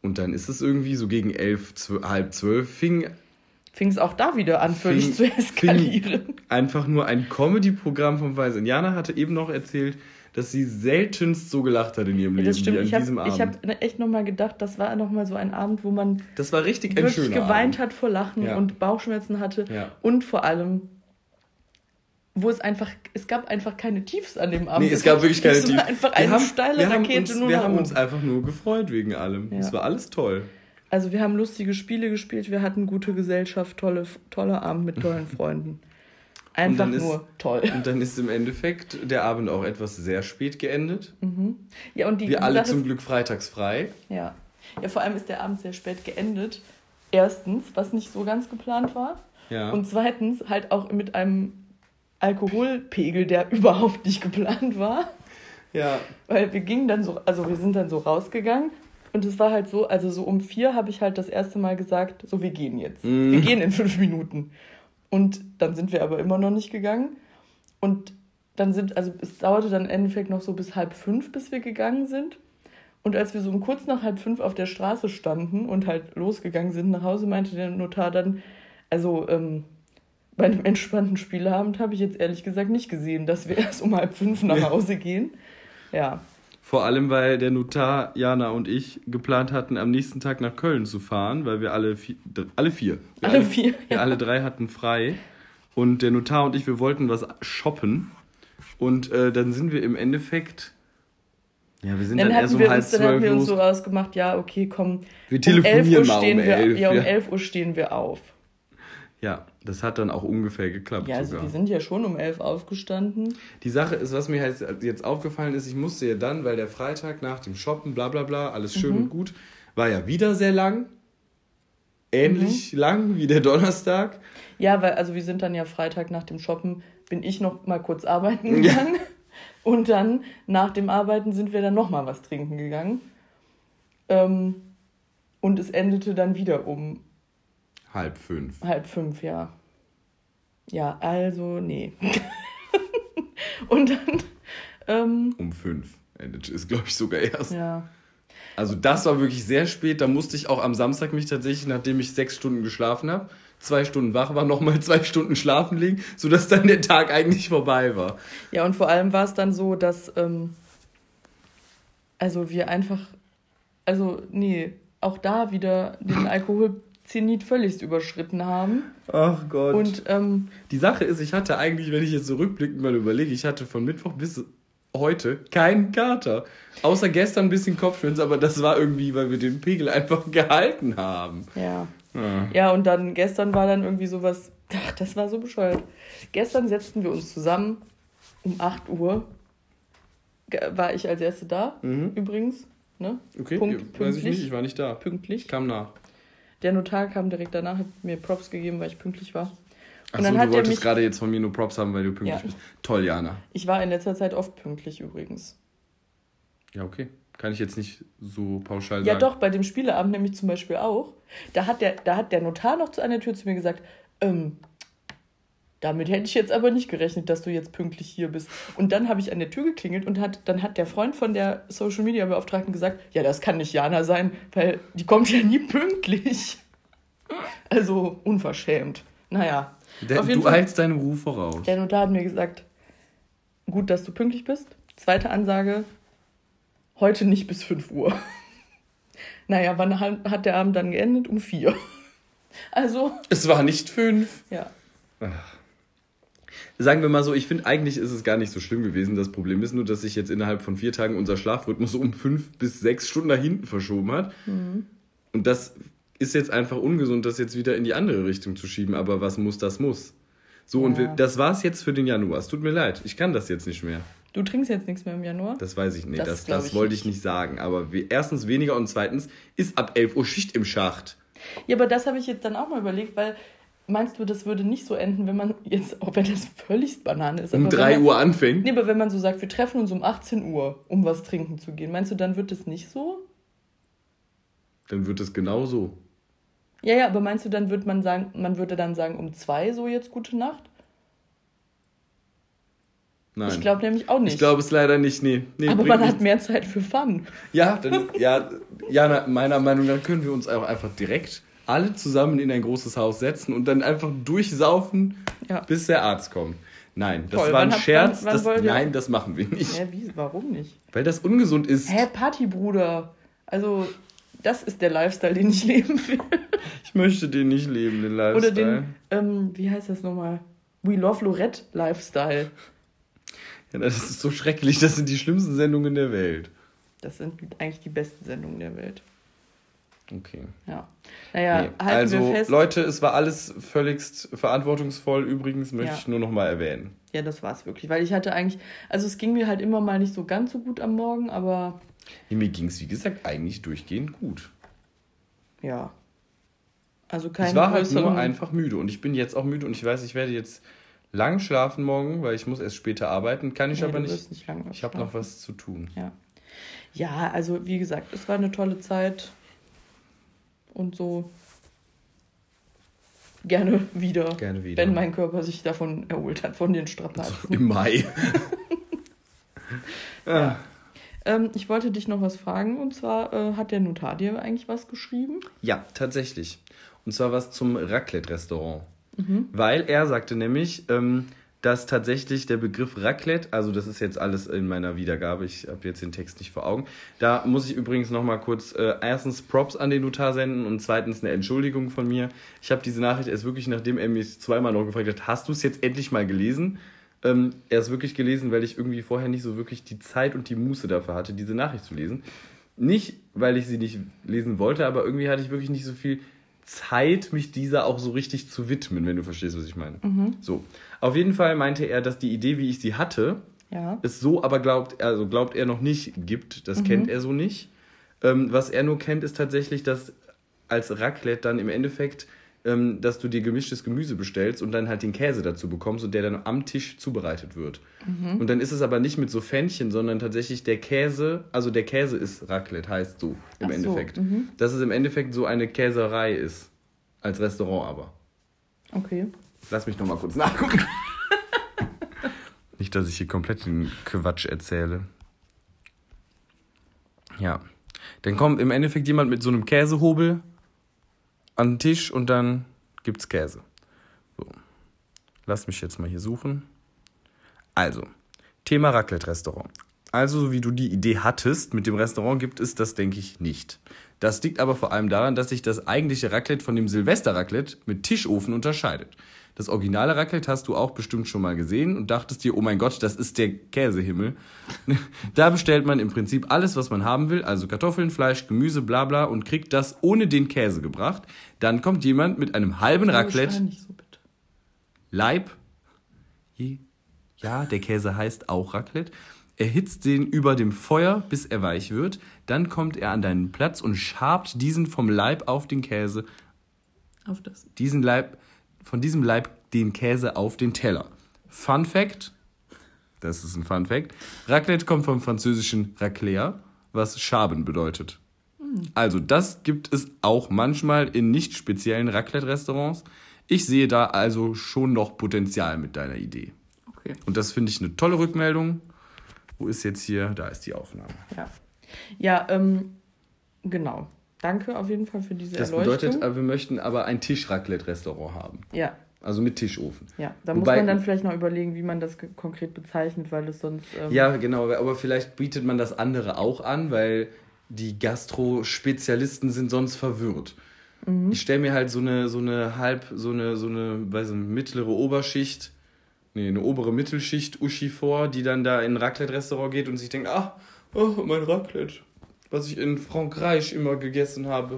Und dann ist es irgendwie so gegen 11, halb 12 fing es auch da wieder an, völlig zu eskalieren. Einfach nur ein Comedy-Programm von Weißen. Jana hatte eben noch erzählt, dass sie seltenst so gelacht hat in ihrem Leben Das stimmt. wie an diesem Abend. Ich habe echt nochmal gedacht, das war nochmal so ein Abend, wo man das war richtig wirklich geweint hat vor Lachen und Bauchschmerzen hatte. Ja. Und vor allem, wo es gab einfach keine Tiefs an dem Abend. Nee, es gab wirklich keine Tiefs. Es war einfach eine steile Rakete nur nach oben. Wir haben uns einfach nur gefreut wegen allem. Ja. Es war alles toll. Also wir haben lustige Spiele gespielt, wir hatten gute Gesellschaft, tolle Abend mit tollen Freunden. Einfach nur toll. Und dann ist im Endeffekt der Abend auch etwas sehr spät geendet. Mhm. Ja, und wir alle zum Glück freitags frei. Ja. Ja, vor allem ist der Abend sehr spät geendet. Erstens, was nicht so ganz geplant war. Ja. Und zweitens halt auch mit einem Alkoholpegel, der überhaupt nicht geplant war. Ja. Weil wir sind dann so rausgegangen und es war halt so, also so um 4 habe ich halt das erste Mal gesagt, so wir gehen jetzt. Wir gehen in 5 Minuten. Und dann sind wir aber immer noch nicht gegangen. Und dann es dauerte dann im Endeffekt noch so bis 4:30, bis wir gegangen sind. Und als wir so kurz nach 4:30 auf der Straße standen und halt losgegangen sind nach Hause, meinte der Notar dann, also bei einem entspannten Spieleabend habe ich jetzt ehrlich gesagt nicht gesehen, dass wir erst um 4:30 nach Hause gehen. Ja. Vor allem, weil der Notar, Jana und ich geplant hatten, am nächsten Tag nach Köln zu fahren, weil wir alle vier, alle 3 hatten frei. Und der Notar und ich, wir wollten was shoppen. Und dann sind wir im Endeffekt... Ja, wir sind dann erst um 11:30 Dann hatten wir uns so ausgemacht, ja, okay, komm. Wir telefonieren um 11 Uhr um 11 Uhr stehen wir auf. Ja, das hat dann auch ungefähr geklappt. Ja, also wir sind ja schon um 11 aufgestanden. Die Sache ist, was mir halt jetzt aufgefallen ist, ich musste ja dann, weil der Freitag nach dem Shoppen, bla bla bla, alles schön und gut, war ja wieder sehr lang. Ähnlich lang wie der Donnerstag. Ja, weil wir sind dann ja Freitag nach dem Shoppen, bin ich noch mal kurz arbeiten gegangen. Ja. Und dann, nach dem Arbeiten, sind wir dann noch mal was trinken gegangen. Und es endete dann wieder um 4:30. 4:30, ja. Ja, also, nee. Und dann... um 5 endet es, glaube ich, sogar erst. Ja. Also das war wirklich sehr spät. Da musste ich auch am Samstag mich tatsächlich, nachdem ich 6 Stunden geschlafen habe, 2 Stunden wach war, nochmal 2 Stunden schlafen legen, sodass dann der Tag eigentlich vorbei war. Ja, und vor allem war es dann so, dass wir einfach... auch da wieder den Alkoholzenit völligst überschritten haben. Ach Gott. Und die Sache ist, ich hatte eigentlich, wenn ich jetzt so rückblickend mal überlege, ich hatte von Mittwoch bis heute keinen Kater. Außer gestern ein bisschen Kopfschmerzen, aber das war irgendwie, weil wir den Pegel einfach gehalten haben. Ja. Ja, und dann gestern war dann irgendwie sowas, ach, das war so bescheuert. Gestern setzten wir uns zusammen um 8 Uhr. War ich als Erste da, übrigens. Ne? Okay, weiß ich nicht, ich war nicht da. Pünktlich. Ich kam nach. Der Notar kam direkt danach, hat mir Props gegeben, weil ich pünktlich war. Achso, du wolltest gerade jetzt von mir nur Props haben, weil du pünktlich bist. Toll, Jana. Ich war in letzter Zeit oft pünktlich übrigens. Ja, okay. Kann ich jetzt nicht so pauschal sagen. Ja doch, bei dem Spieleabend nämlich zum Beispiel auch. Da hat der Notar noch an der Tür zu mir gesagt, damit hätte ich jetzt aber nicht gerechnet, dass du jetzt pünktlich hier bist. Und dann habe ich an der Tür geklingelt und dann hat der Freund von der Social-Media-Beauftragten gesagt, ja, das kann nicht Jana sein, weil die kommt ja nie pünktlich. Also unverschämt. Naja. Du eilst deinem Ruf voraus. Der Notar hat mir gesagt, gut, dass du pünktlich bist. Zweite Ansage, heute nicht bis 5 Uhr. Naja, wann hat der Abend dann geendet? Um 4. Also... Es war nicht 5. Ja. Ach. Sagen wir mal so, ich finde, eigentlich ist es gar nicht so schlimm gewesen. Das Problem ist nur, dass sich jetzt innerhalb von 4 Tagen unser Schlafrhythmus um 5 bis 6 Stunden nach hinten verschoben hat. Mhm. Und das ist jetzt einfach ungesund, das jetzt wieder in die andere Richtung zu schieben. Aber was muss, das muss. So, und das war's jetzt für den Januar. Es tut mir leid, ich kann das jetzt nicht mehr. Du trinkst jetzt nichts mehr im Januar? Das weiß ich nicht, das wollte ich nicht sagen. Aber erstens weniger und zweitens ist ab 11 Uhr Schicht im Schacht. Ja, aber das habe ich jetzt dann auch mal überlegt, weil meinst du, das würde nicht so enden, wenn man jetzt, auch wenn das völlig Banane ist. Um 3 Uhr anfängt? Nee, aber wenn man so sagt, wir treffen uns um 18 Uhr, um was trinken zu gehen, meinst du, dann wird das nicht so? Dann wird es genau so. Ja, aber meinst du, dann würde man würde dann sagen, um 2 so jetzt gute Nacht? Nein. Ich glaube nämlich auch nicht. Ich glaube es leider nicht, nee. Aber man hat mehr Zeit für Fun. Ja, meiner Meinung nach können wir uns auch einfach direkt alle zusammen in ein großes Haus setzen und dann einfach durchsaufen, bis der Arzt kommt. Nein, das war ein Scherz. Nein, das machen wir nicht. Warum nicht? Weil das ungesund ist. Partybruder. Also, das ist der Lifestyle, den ich leben will. Ich möchte den nicht leben, den Lifestyle. Oder den, wie heißt das nochmal? We Love Lorette Lifestyle. Ja, das ist so schrecklich. Das sind die schlimmsten Sendungen der Welt. Das sind eigentlich die besten Sendungen der Welt. Okay. Ja. Naja, halten wir fest. Leute, es war alles völligst verantwortungsvoll. Übrigens möchte ich nur noch mal erwähnen. Ja, das war es wirklich. Weil ich hatte eigentlich, also es ging mir halt immer mal nicht so ganz so gut am Morgen, aber... Ja, mir ging es, wie gesagt, eigentlich durchgehend gut. Ja. Also keine Ich war halt nur einfach müde. Und ich bin jetzt auch müde. Und ich weiß, ich werde jetzt lang schlafen morgen, weil ich muss erst später arbeiten. Kann ich aber nicht. Ich habe noch was zu tun. Ja, also wie gesagt, es war eine tolle Zeit. Und so gerne wieder, wenn mein Körper sich davon erholt hat, von den Strapazen. So im Mai. Ja. Ich wollte dich noch was fragen, und zwar hat der Notar dir eigentlich was geschrieben? Ja, tatsächlich. Und zwar was zum Raclette-Restaurant. Weil er sagte nämlich, dass tatsächlich der Begriff Raclette, also das ist jetzt alles in meiner Wiedergabe, ich habe jetzt den Text nicht vor Augen, da muss ich übrigens nochmal kurz erstens Props an den Notar senden und zweitens eine Entschuldigung von mir. Ich habe diese Nachricht erst wirklich, nachdem er mich zweimal noch gefragt hat, hast du es jetzt endlich mal gelesen? Erst wirklich gelesen, weil ich irgendwie vorher nicht so wirklich die Zeit und die Muße dafür hatte, diese Nachricht zu lesen. Nicht, weil ich sie nicht lesen wollte, aber irgendwie hatte ich wirklich nicht so viel Zeit, mich dieser auch so richtig zu widmen, wenn du verstehst, was ich meine. So. Auf jeden Fall meinte er, dass die Idee, wie ich sie hatte, es so aber glaubt er noch nicht gibt. Das kennt er so nicht. Was er nur kennt, ist tatsächlich, dass als Raclette dann im Endeffekt, dass du dir gemischtes Gemüse bestellst und dann halt den Käse dazu bekommst und der dann am Tisch zubereitet wird. Und dann ist es aber nicht mit so Fännchen, sondern tatsächlich der Käse, also der Käse ist Raclette, heißt so im Endeffekt. Dass es im Endeffekt so eine Käserei ist. Als Restaurant aber. Okay. Lass mich noch mal kurz nachgucken. Nicht, dass ich hier komplett den Quatsch erzähle. Ja. Dann kommt im Endeffekt jemand mit so einem Käsehobel an den Tisch und dann gibt's Käse. So. Lass mich jetzt mal hier suchen. Also, Thema Raclette-Restaurant. Also, so wie du die Idee hattest, mit dem Restaurant gibt es das, denke ich, nicht. Das liegt aber vor allem daran, dass sich das eigentliche Raclette von dem Silvester-Raclette mit Tischofen unterscheidet. Das originale Raclette hast du auch bestimmt schon mal gesehen und dachtest dir, oh mein Gott, das ist der Käsehimmel. Da bestellt man im Prinzip alles, was man haben will, also Kartoffeln, Fleisch, Gemüse, bla bla, und kriegt das ohne den Käse gebracht. Dann kommt jemand mit einem halben Raclette. Nicht so, bitte. Leib. Ja, der Käse heißt auch Raclette. Erhitzt den über dem Feuer, bis er weich wird. Dann kommt er an deinen Platz und schabt diesen vom Leib auf den Käse. Auf das. Von diesem Leib den Käse auf den Teller. Fun Fact. Das ist ein Fun Fact. Raclette kommt vom französischen Racler, was Schaben bedeutet. Also das gibt es auch manchmal in nicht speziellen Raclette-Restaurants. Ich sehe da also schon noch Potenzial mit deiner Idee. Okay. Und das finde ich eine tolle Rückmeldung. Wo ist jetzt hier? Da ist die Aufnahme. Ja, genau. Danke auf jeden Fall für diese Erleuchtung. Das bedeutet, wir möchten aber ein Tisch-Raclette-Restaurant haben. Ja. Also mit Tischofen. Ja, da muss man dann vielleicht noch überlegen, wie man das konkret bezeichnet, weil es sonst... Ja, genau, aber vielleicht bietet man das andere auch an, weil die Gastro-Spezialisten sind sonst verwirrt. Ich stelle mir halt so eine mittlere Oberschicht, eine obere Mittelschicht Uschi vor, die dann da in ein Raclette-Restaurant geht und sich denkt, mein Raclette, was ich in Frankreich immer gegessen habe.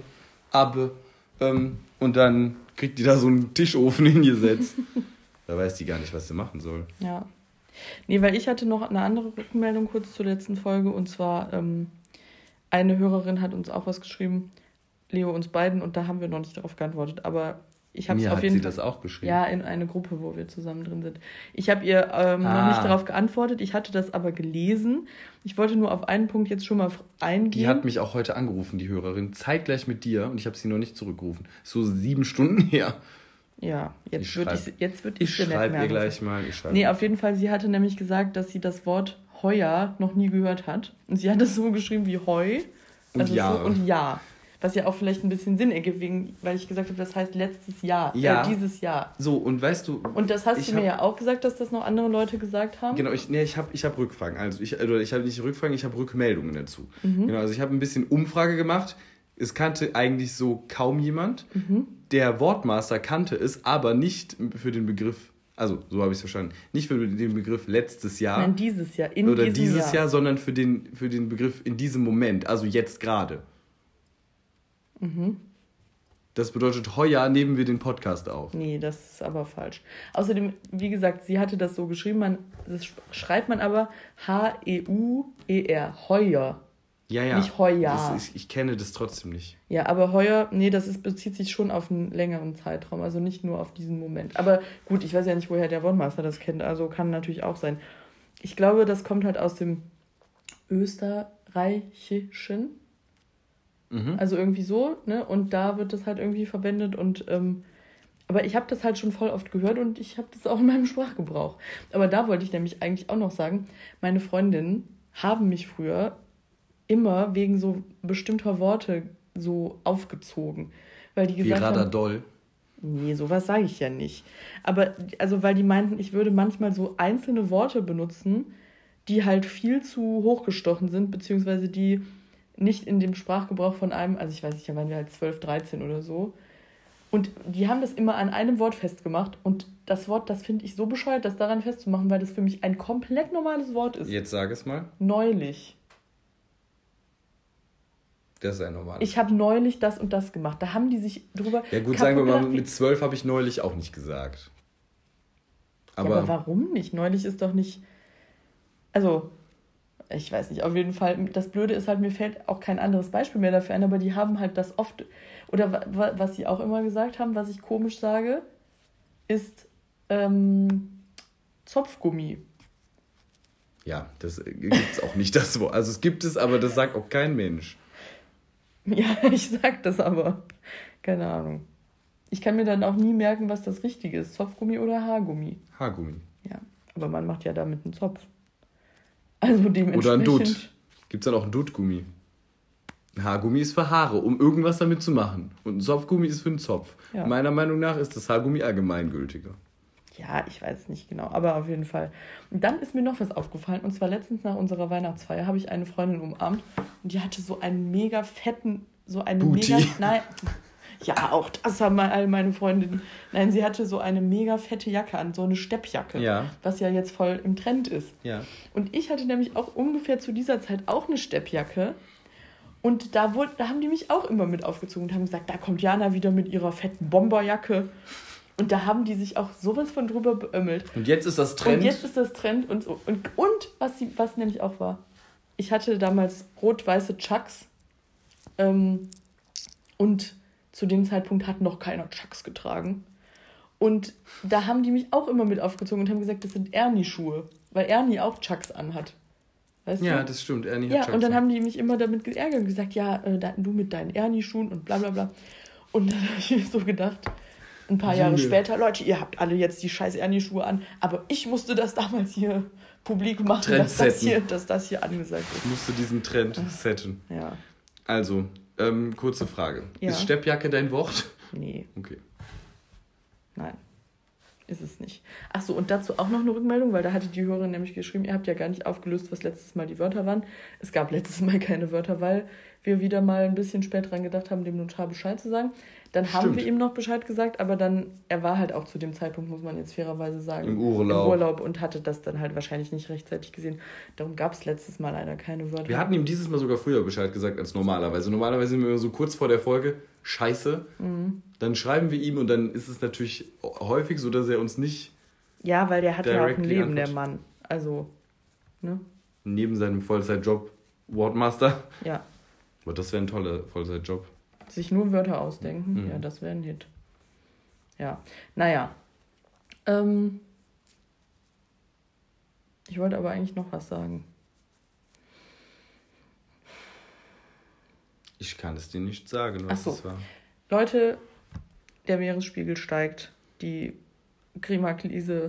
Und dann kriegt die da so einen Tischofen hingesetzt. Da weiß die gar nicht, was sie machen soll. Ja. Nee, weil ich hatte noch eine andere Rückmeldung kurz zur letzten Folge. Und zwar, eine Hörerin hat uns auch was geschrieben, Leo, uns beiden, und da haben wir noch nicht darauf geantwortet. Aber ich habe es auf jeden Fall... das auch geschrieben? Ja, in eine Gruppe, wo wir zusammen drin sind. Ich habe ihr noch nicht darauf geantwortet. Ich hatte das aber gelesen. Ich wollte nur auf einen Punkt jetzt schon mal eingehen. Die hat mich auch heute angerufen, die Hörerin, zeitgleich mit dir, und ich habe sie noch nicht zurückgerufen. So 7 Stunden her. Ja, jetzt würde ich schreibe ihr gleich mal. Nee, auf jeden Fall, sie hatte nämlich gesagt, dass sie das Wort heuer noch nie gehört hat. Und sie hat es so geschrieben wie heu. Also und ja. Was ja auch vielleicht ein bisschen Sinn ergibt, weil ich gesagt habe, das heißt letztes Jahr, dieses Jahr. So, und weißt du... Und das hast du mir ja auch gesagt, dass das noch andere Leute gesagt haben? Genau, ich hab Rückfragen. Also ich habe nicht Rückfragen, ich habe Rückmeldungen dazu. Genau, also ich habe ein bisschen Umfrage gemacht. Es kannte eigentlich so kaum jemand. Der Wortmaster kannte es, aber nicht für den Begriff... Also, so habe ich es verstanden. Nicht für den Begriff letztes Jahr. Nein, dieses Jahr. Oder dieses Jahr, sondern für den Begriff in diesem Moment. Also jetzt gerade. Das bedeutet, heuer nehmen wir den Podcast auf. Nee, das ist aber falsch. Außerdem, wie gesagt, sie hatte das so geschrieben, das schreibt man aber H-E-U-E-R, heuer. Ja. Nicht heuer. Ich kenne das trotzdem nicht. Ja, aber heuer, nee, bezieht sich schon auf einen längeren Zeitraum, also nicht nur auf diesen Moment. Aber gut, ich weiß ja nicht, woher der Wortmaster das kennt, also kann natürlich auch sein. Ich glaube, das kommt halt aus dem Österreichischen. Also irgendwie so, ne? Und da wird das halt irgendwie verwendet und aber ich habe das halt schon voll oft gehört und ich habe das auch in meinem Sprachgebrauch. Aber da wollte ich nämlich eigentlich auch noch sagen, meine Freundinnen haben mich früher immer wegen so bestimmter Worte so aufgezogen. Weil die gesagt haben... Doll. Nee, sowas sage ich ja nicht. Aber, also, weil die meinten, ich würde manchmal so einzelne Worte benutzen, die halt viel zu hochgestochen sind, beziehungsweise die nicht in dem Sprachgebrauch von einem, also ich weiß nicht, da waren wir halt 12, 13 oder so. Und die haben das immer an einem Wort festgemacht. Und das Wort, das finde ich so bescheuert, das daran festzumachen, weil das für mich ein komplett normales Wort ist. Jetzt sag es mal. Neulich. Das ist ein normales. Ich habe neulich das und das gemacht. Da haben die sich drüber... Ja gut, sagen wir mal, mit 12 habe ich neulich auch nicht gesagt. Aber warum nicht? Neulich ist doch nicht... Also... Ich weiß nicht, auf jeden Fall, das Blöde ist halt, mir fällt auch kein anderes Beispiel mehr dafür ein, aber die haben halt das oft, oder was sie auch immer gesagt haben, was ich komisch sage, ist Zopfgummi. Ja, das gibt es auch nicht, das Wort. Also es gibt es, aber das sagt auch kein Mensch. Ja, ich sag das aber. Keine Ahnung. Ich kann mir dann auch nie merken, was das Richtige ist, Zopfgummi oder Haargummi. Haargummi. Ja, aber man macht ja damit einen Zopf. Also dementsprechend... Oder ein Dutt. Gibt es dann auch ein Duttgummi? Ein Haargummi ist für Haare, um irgendwas damit zu machen. Und ein Zopfgummi ist für einen Zopf. Ja. Meiner Meinung nach ist das Haargummi allgemeingültiger. Ja, ich weiß es nicht genau, aber auf jeden Fall. Und dann ist mir noch was aufgefallen. Und zwar letztens nach unserer Weihnachtsfeier habe ich eine Freundin umarmt. Und die hatte so einen mega fetten... Booty. Nein... Ja, auch das haben all meine Freundinnen. Nein, sie hatte so eine mega fette Jacke an, so eine Steppjacke, was ja jetzt voll im Trend ist. Ja. Und ich hatte nämlich auch ungefähr zu dieser Zeit auch eine Steppjacke. Und da haben die mich auch immer mit aufgezogen und haben gesagt, da kommt Jana wieder mit ihrer fetten Bomberjacke. Und da haben die sich auch sowas von drüber beömmelt. Und jetzt ist das Trend. Und so. Und was nämlich auch war, ich hatte damals rot-weiße Chucks und zu dem Zeitpunkt hat noch keiner Chucks getragen. Und da haben die mich auch immer mit aufgezogen und haben gesagt, das sind Ernie-Schuhe. Weil Ernie auch Chucks anhat. Weißt du? Ja, das stimmt. Ernie hat Chucks. Ja, und dann haben die mich immer damit geärgert und gesagt, ja, du mit deinen Ernie-Schuhen und bla bla bla. Und dann habe ich mir so gedacht, ein paar Jahre später, Leute, ihr habt alle jetzt die scheiß Ernie-Schuhe an, aber ich musste das damals hier publik machen, dass das hier angesagt ist. Ich musste diesen Trend setzen. Ja. Also... kurze Frage. Ja. Ist Steppjacke dein Wort? Nee. Okay. Nein, ist es nicht. Ach so, und dazu auch noch eine Rückmeldung, weil da hatte die Hörerin nämlich geschrieben, ihr habt ja gar nicht aufgelöst, was letztes Mal die Wörter waren. Es gab letztes Mal keine Wörter, weil wir wieder mal ein bisschen spät dran gedacht haben, dem Notar Bescheid zu sagen. Dann haben wir ihm noch Bescheid gesagt, aber dann, er war halt auch zu dem Zeitpunkt, muss man jetzt fairerweise sagen, im Urlaub und hatte das dann halt wahrscheinlich nicht rechtzeitig gesehen. Darum gab es letztes Mal leider keine Wörter. Wir hatten ihm dieses Mal sogar früher Bescheid gesagt als normalerweise. Normalerweise sind wir immer so kurz vor der Folge, scheiße, dann schreiben wir ihm und dann ist es natürlich häufig so, dass er uns nicht... Ja, weil der hat ja auch ein Leben, der Mann. Also, ne? Neben seinem Vollzeitjob Wordmaster. Ja. Aber das wäre ein toller Vollzeitjob. Sich nur Wörter ausdenken, ja, das wäre ein Hit. Ja, naja. Ich wollte aber eigentlich noch was sagen. Ich kann es dir nicht sagen, was es war. Leute, der Meeresspiegel steigt. die Klimakrise.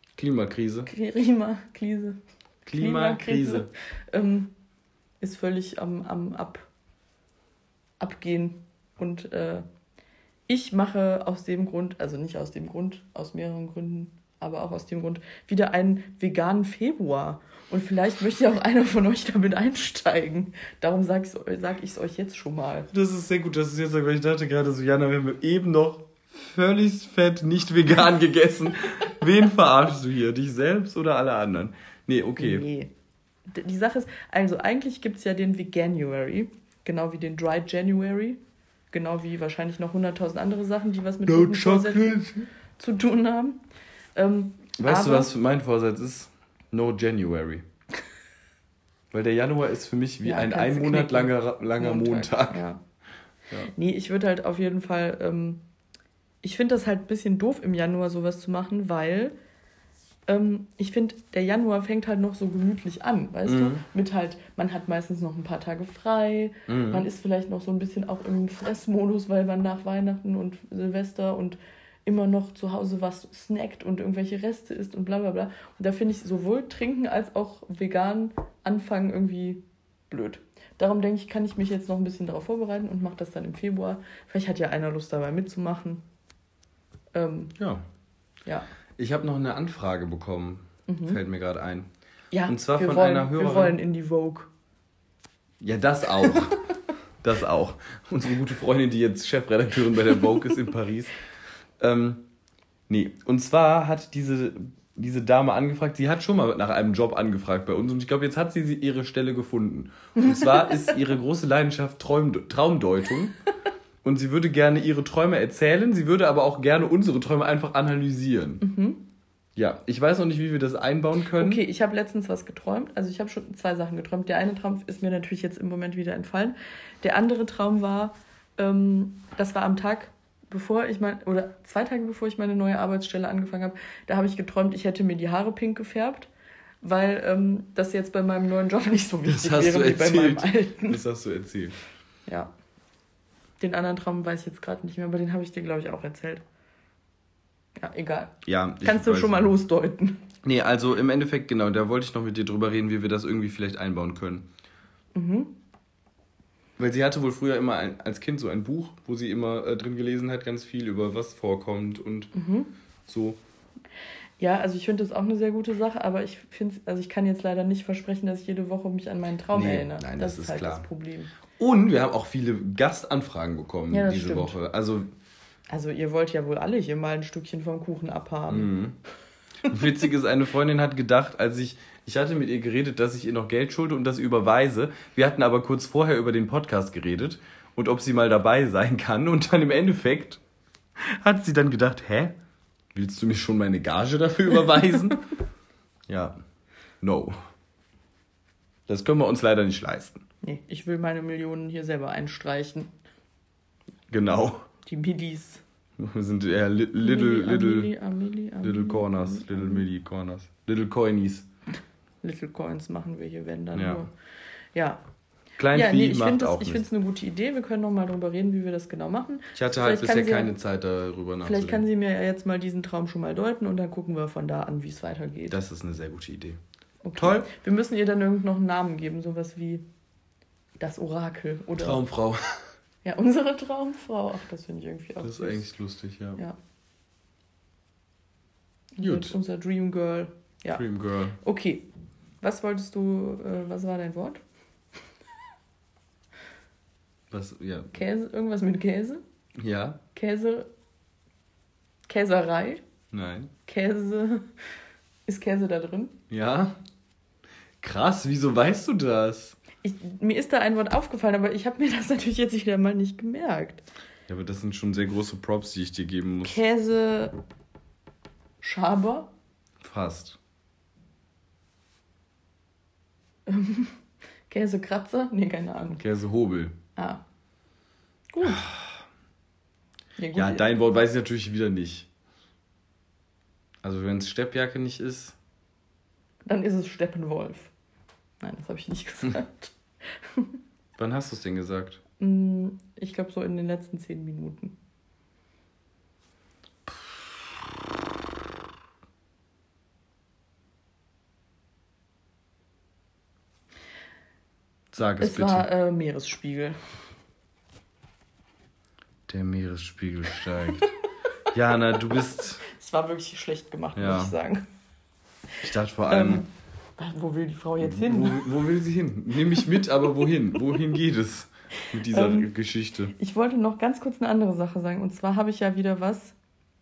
Ist völlig am Abgehen. Und ich mache aus dem Grund, also nicht aus dem Grund, aus mehreren Gründen, aber auch aus dem Grund, wieder einen veganen Februar. Und vielleicht möchte ja auch einer von euch damit einsteigen. Darum sag ich es euch jetzt schon mal. Das ist sehr gut, dass du es jetzt sagst, weil ich dachte gerade so, Jana, wir haben eben noch völlig fett nicht vegan gegessen. Wen verarschst du hier? Dich selbst oder alle anderen? Nee, okay. Nee. Die Sache ist, also eigentlich gibt es ja den Veganuary, genau wie den Dry January, genau wie wahrscheinlich noch 100.000 andere Sachen, die was mit guten Vorsätzen zu tun haben. Weißt du, was mein Vorsatz ist? No January. Weil der Januar ist für mich wie ein Monat langer Montag. Ja. Nee, ich würde halt auf jeden Fall, ich finde das halt ein bisschen doof im Januar sowas zu machen, weil ich finde, der Januar fängt halt noch so gemütlich an, weißt du? Mit halt, man hat meistens noch ein paar Tage frei, man ist vielleicht noch so ein bisschen auch im Fressmodus, weil man nach Weihnachten und Silvester und immer noch zu Hause was snackt und irgendwelche Reste isst und bla bla bla. Und da finde ich sowohl Trinken als auch vegan anfangen irgendwie blöd. Darum denke ich, kann ich mich jetzt noch ein bisschen darauf vorbereiten und mache das dann im Februar. Vielleicht hat ja einer Lust dabei mitzumachen. Ja. Ich habe noch eine Anfrage bekommen, fällt mir gerade ein. Ja, und zwar von einer Hörerin. Wir wollen in die Vogue. Ja, das auch. Das auch. Unsere gute Freundin, die jetzt Chefredakteurin bei der Vogue ist in Paris. Nee, und zwar hat diese Dame angefragt, sie hat schon mal nach einem Job angefragt bei uns und ich glaube, jetzt hat sie ihre Stelle gefunden. Und zwar ist ihre große Leidenschaft Traumdeutung und sie würde gerne ihre Träume erzählen, sie würde aber auch gerne unsere Träume einfach analysieren. Ja, ich weiß noch nicht, wie wir das einbauen können. Okay, ich habe letztens was geträumt, also ich habe schon 2 Sachen geträumt. Der eine Traum ist mir natürlich jetzt im Moment wieder entfallen. Der andere Traum war, das war am Tag, bevor ich 2 Tage bevor ich meine neue Arbeitsstelle angefangen habe, da habe ich geträumt, ich hätte mir die Haare pink gefärbt, weil das jetzt bei meinem neuen Job nicht so wichtig wäre wie bei meinem alten. Das hast du erzählt. Ja. Den anderen Traum weiß ich jetzt gerade nicht mehr, aber den habe ich dir, glaube ich, auch erzählt. Ja, egal. Ja, kannst du schon mal losdeuten. Nee, also im Endeffekt, genau, da wollte ich noch mit dir drüber reden, wie wir das irgendwie vielleicht einbauen können. Weil sie hatte wohl früher immer als Kind so ein Buch, wo sie immer drin gelesen hat, ganz viel über was vorkommt und so. Ja, also ich finde das auch eine sehr gute Sache, aber ich kann jetzt leider nicht versprechen, dass ich jede Woche mich an meinen Traum erinnere. Nein, das ist halt klar. Das Problem. Und wir haben auch viele Gastanfragen bekommen diese stimmt. Woche. Also ihr wollt ja wohl alle hier mal ein Stückchen vom Kuchen abhaben. Witzig ist, eine Freundin hat gedacht, ich hatte mit ihr geredet, dass ich ihr noch Geld schulde und das überweise. Wir hatten aber kurz vorher über den Podcast geredet und ob sie mal dabei sein kann. Und dann im Endeffekt hat sie dann gedacht, willst du mir schon meine Gage dafür überweisen? Ja, no. Das können wir uns leider nicht leisten. Nee, ich will meine Millionen hier selber einstreichen. Genau. Die Millis. Wir sind eher Little Corners, Little Milli Corners, Little Coinies. Little Coins machen wir hier, wenn dann ja. nur. Ja. Kleinvieh macht auch Ich finde es eine gute Idee. Wir können noch mal drüber reden, wie wir das genau machen. Ich hatte halt bisher keine Zeit, darüber nachzudenken. Vielleicht kann sie mir ja jetzt mal diesen Traum schon mal deuten und dann gucken wir von da an, wie es weitergeht. Das ist eine sehr gute Idee. Okay. Toll. Wir müssen ihr dann noch einen Namen geben, sowas wie das Orakel. Oder Traumfrau. Ja, unsere Traumfrau. Ach, das finde ich irgendwie auch Das ist süß. eigentlich lustig, ja. Gut. Unser Dream Girl. Ja. Dream Girl. Okay. Was wolltest du, was war dein Wort? Was, ja. Käse, irgendwas mit Käse? Ja. Käserei? Nein. Ist Käse da drin? Ja. Krass, wieso weißt du das? Mir ist da ein Wort aufgefallen, aber ich habe mir das natürlich jetzt wieder mal nicht gemerkt. Ja, aber das sind schon sehr große Props, die ich dir geben muss. Käse... Schaber? Fast. Käsekratzer? Nee, keine Ahnung. Käsehobel. Ah. Gut. Ja, dein Wort weiß ich natürlich wieder nicht. Also wenn es Steppjacke nicht ist... Dann ist es Steppenwolf. Nein, das habe ich nicht gesagt. Wann hast du es denn gesagt? Ich glaube so in den letzten 10 Minuten. Sag es bitte. Es war Meeresspiegel. Der Meeresspiegel steigt. Jana, du bist... Es war wirklich schlecht gemacht, Ja. muss ich sagen. Ich dachte vor allem... Wo will die Frau jetzt hin? Wo will sie hin? Nimm mich mit, aber wohin? Wohin geht es mit dieser Geschichte? Ich wollte noch ganz kurz eine andere Sache sagen. Und zwar habe ich ja wieder was...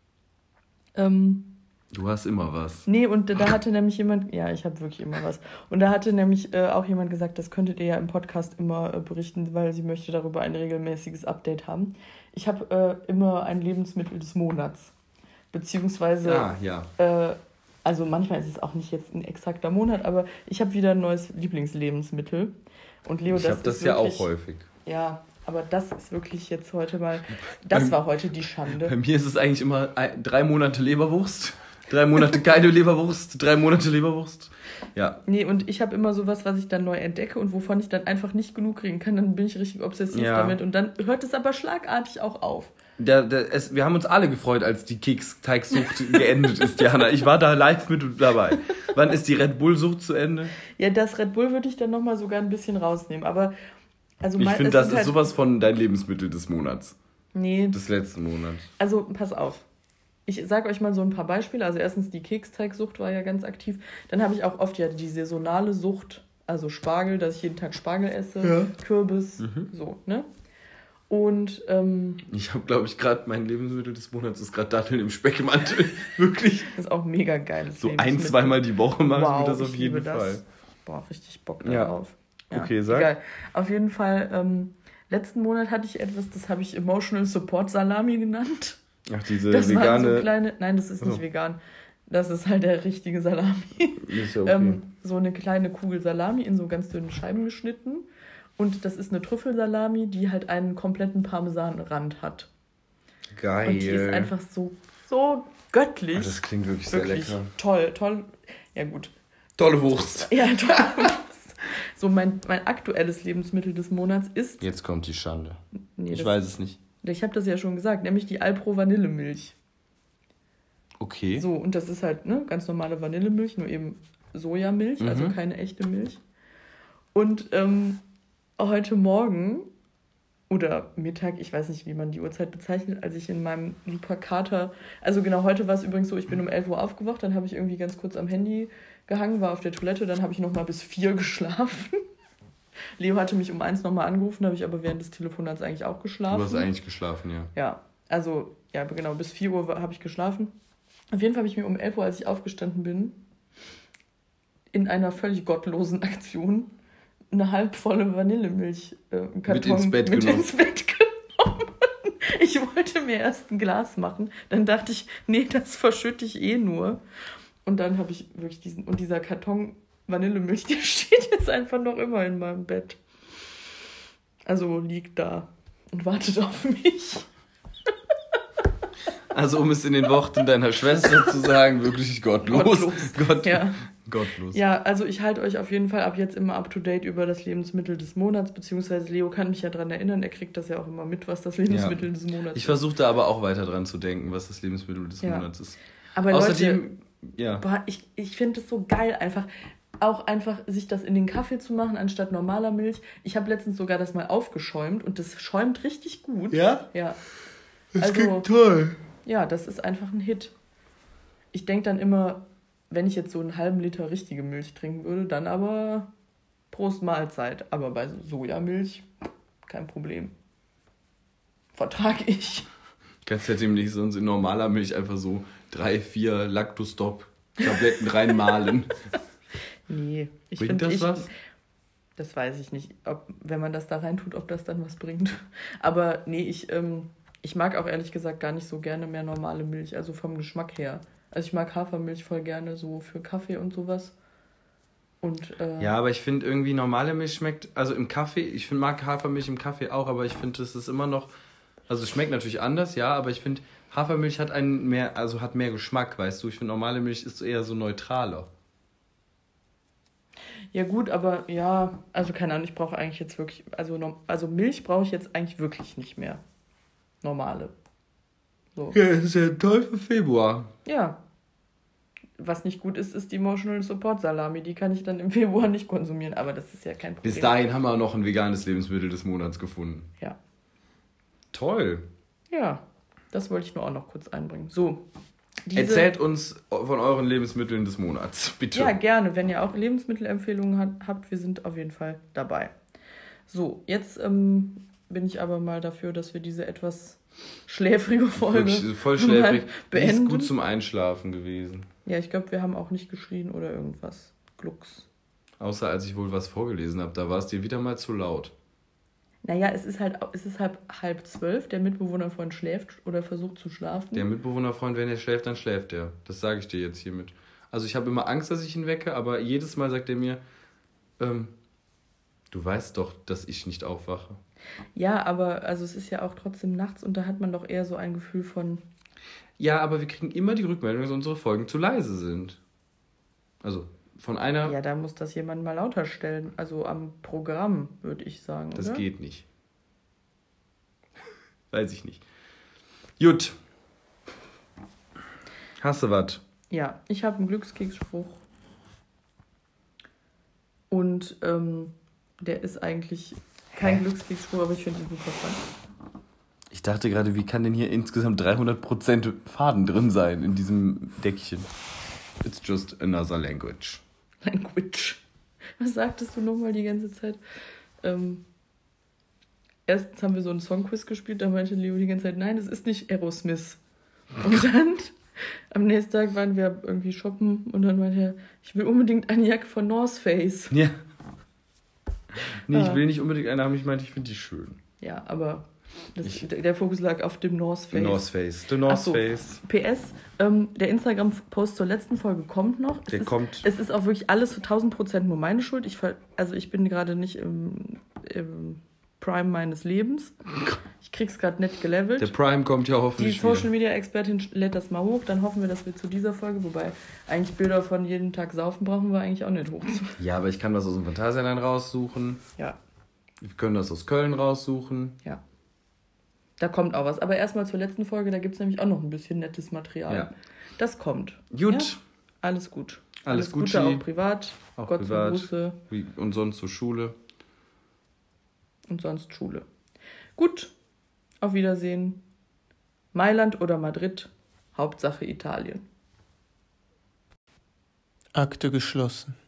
Du hast immer was. Nee, und da hatte nämlich jemand... Ja, ich habe wirklich immer was. Und da hatte nämlich auch jemand gesagt, das könntet ihr ja im Podcast immer berichten, weil sie möchte darüber ein regelmäßiges Update haben. Ich habe immer ein Lebensmittel des Monats. Beziehungsweise... ja. Also manchmal ist es auch nicht jetzt ein exakter Monat, aber ich habe wieder ein neues Lieblingslebensmittel. Und Leo, ich habe das ja auch häufig. Ja, aber das ist wirklich jetzt heute mal... Das war heute die Schande. Bei mir ist es eigentlich immer 3 Monate Leberwurst, 3 Monate keine Leberwurst, 3 Monate Leberwurst. Ja. Nee, und ich habe immer sowas, was ich dann neu entdecke und wovon ich dann einfach nicht genug kriegen kann. Dann bin ich richtig obsessiv damit und dann hört es aber schlagartig auch auf. Wir haben uns alle gefreut, als die Keksteigsucht geendet ist, Jana. Ich war da live mit dabei. Wann ist die Red Bull-Sucht zu Ende? Ja, das Red Bull würde ich dann nochmal sogar ein bisschen rausnehmen. Aber also ich finde, das ist halt sowas von dein Lebensmittel des Monats. Nee. Des letzten Monats. Also, pass auf. Ich sage euch mal so ein paar Beispiele. Also erstens, die Keksteigsucht war ja ganz aktiv. Dann habe ich auch oft ja die saisonale Sucht, also Spargel, dass ich jeden Tag Spargel esse, Kürbis, so, ne? Und ich habe, glaube ich, gerade mein Lebensmittel des Monats ist gerade Datteln im Speckmantel. Wirklich. Das ist auch mega geil. So 1-2 Mal die Woche machen wir das auf jeden Fall. Boah, richtig Bock darauf. Ja. Okay, sag. Egal. Auf jeden Fall, letzten Monat hatte ich etwas, das habe ich Emotional Support Salami genannt. Ach, diese das vegane... waren so kleine... Nein, das ist nicht vegan. Das ist halt der richtige Salami. Ist ja okay. So eine kleine Kugel Salami in so ganz dünnen Scheiben geschnitten. Und das ist eine Trüffelsalami, die halt einen kompletten Parmesanrand hat. Geil. Und die ist einfach so göttlich. Oh, das klingt wirklich sehr lecker. Toll. Ja, gut. Tolle Wurst. Ja, tolle Wurst. So, mein aktuelles Lebensmittel des Monats ist... Jetzt kommt die Schande. Nee, ich weiß es nicht. Ich habe das ja schon gesagt, nämlich die Alpro Vanillemilch. Okay. So, und das ist halt ganz normale Vanillemilch, nur eben Sojamilch, also keine echte Milch. Und heute Morgen oder Mittag, ich weiß nicht, wie man die Uhrzeit bezeichnet, als ich in meinem Kater, also genau, heute war es übrigens so, ich bin um 11 Uhr aufgewacht, dann habe ich irgendwie ganz kurz am Handy gehangen, war auf der Toilette, dann habe ich nochmal bis 4 geschlafen. Leo hatte mich um 1 nochmal angerufen, habe ich aber während des Telefonats eigentlich auch geschlafen. Du hast eigentlich geschlafen, ja. Ja, also, ja, genau, bis 4 Uhr habe ich geschlafen. Auf jeden Fall habe ich mir um 11 Uhr, als ich aufgestanden bin, in einer völlig gottlosen Aktion eine halbvolle Vanillemilch Karton ins Bett genommen. Ich wollte mir erst ein Glas machen, dann dachte ich, nee, das verschütte ich eh nur. Und dann habe ich wirklich dieser Karton Vanillemilch, der steht jetzt einfach noch immer in meinem Bett. Also liegt da und wartet auf mich. Also um es in den Worten deiner Schwester zu sagen, wirklich gottlos. Gottlos. Ja, also ich halte euch auf jeden Fall ab jetzt immer up to date über das Lebensmittel des Monats, beziehungsweise Leo kann mich ja daran erinnern, er kriegt das ja auch immer mit, was das Lebensmittel des Monats ist. Ich versuche da aber auch weiter dran zu denken, was das Lebensmittel des Monats ist. Aber außerdem, Leute, boah, ich finde es so geil, einfach sich das in den Kaffee zu machen, anstatt normaler Milch. Ich habe letztens sogar das mal aufgeschäumt und das schäumt richtig gut. Ja? Ja. Das klingt toll. Ja, das ist einfach ein Hit. Ich denke dann immer, wenn ich jetzt so einen halben Liter richtige Milch trinken würde, dann aber Prost Mahlzeit. Aber bei Sojamilch kein Problem. Vertrag ich. Kannst ja demnächst sonst in normaler Milch einfach so 3-4 Lactostop-Tabletten reinmahlen. Nee. Bringt das was? Das weiß ich nicht. Wenn man das da reintut, ob das dann was bringt. Aber nee, ich mag auch ehrlich gesagt gar nicht so gerne mehr normale Milch, also vom Geschmack her. Also ich mag Hafermilch voll gerne so für Kaffee und sowas. Und, ja, aber ich finde irgendwie normale Milch schmeckt, also im Kaffee, mag Hafermilch im Kaffee auch, aber ich finde, das ist immer noch, also es schmeckt natürlich anders, ja, aber ich finde, Hafermilch hat hat mehr Geschmack, weißt du. Ich finde, normale Milch ist eher so neutraler. Ja gut, aber ja, also keine Ahnung, ich brauche eigentlich jetzt wirklich, also Milch brauche ich jetzt eigentlich wirklich nicht mehr. Normale. So. Ja, es ist ja toll für Februar. Ja. was nicht gut ist, ist die Emotional Support Salami. Die kann ich dann im Februar nicht konsumieren, aber das ist ja kein Problem. Bis dahin haben wir noch ein veganes Lebensmittel des Monats gefunden. Ja. Toll. Ja, das wollte ich nur auch noch kurz einbringen. So. Erzählt uns von euren Lebensmitteln des Monats, bitte. Ja, gerne. Wenn ihr auch Lebensmittelempfehlungen habt, wir sind auf jeden Fall dabei. So, jetzt bin ich aber mal dafür, dass wir diese etwas schläfrige Folge voll schläfrig. beenden. Die ist gut zum Einschlafen gewesen. Ja, ich glaube, wir haben auch nicht geschrien oder irgendwas. Glucks. Außer als ich wohl was vorgelesen habe, da war es dir wieder mal zu laut. Naja, es ist halt 11:30, der Mitbewohnerfreund schläft oder versucht zu schlafen. Der Mitbewohnerfreund, wenn er schläft, dann schläft er. Das sage ich dir jetzt hiermit. Also ich habe immer Angst, dass ich ihn wecke, aber jedes Mal sagt er mir, du weißt doch, dass ich nicht aufwache. Ja, aber also es ist ja auch trotzdem nachts und da hat man doch eher so ein Gefühl von... Ja, aber wir kriegen immer die Rückmeldung, dass unsere Folgen zu leise sind. Also von einer... Ja, da muss das jemand mal lauter stellen. Also am Programm, würde ich sagen, Das oder? geht nicht. Weiß ich nicht. Gut. Hast du was? Ja, ich habe einen Glückskeksspruch. Und der ist eigentlich kein Glückskeksspruch, aber ich finde ihn super fun. Ich dachte gerade, wie kann denn hier insgesamt 300% Faden drin sein in diesem Deckchen? It's just another language. Language. Was sagtest du nochmal die ganze Zeit? Erstens haben wir so einen Songquiz gespielt, da meinte Leo die ganze Zeit, nein, das ist nicht Aerosmith. Und dann, am nächsten Tag waren wir irgendwie shoppen und dann meinte er, ich will unbedingt eine Jacke von North Face. Ja. Nee, ich will nicht unbedingt eine haben, ich meinte, ich finde die schön. Ja, aber der Fokus lag auf dem North Face. The North Face. PS, der Instagram-Post zur letzten Folge kommt noch. Es ist auch wirklich alles zu 1000% nur meine Schuld. Ich bin gerade nicht im Prime meines Lebens. Ich krieg's gerade nicht gelevelt. Der Prime kommt ja hoffentlich Die Social-Media-Expertin lädt das mal hoch. Dann hoffen wir, dass wir zu dieser Folge, wobei eigentlich Bilder von jeden Tag saufen brauchen wir eigentlich auch nicht hoch. Ja, aber ich kann was aus dem Phantasialand raussuchen. Ja. Wir können das aus Köln raussuchen. Ja. Da kommt auch was. Aber erstmal zur letzten Folge, da gibt es nämlich auch noch ein bisschen nettes Material. Ja. Das kommt. Gut. Ja? Alles gut. Alles Gute, auch privat. Auch Gott privat. zum Gruße. Und sonst zur Schule. Und sonst Schule. Gut. Auf Wiedersehen. Mailand oder Madrid. Hauptsache Italien. Akte geschlossen.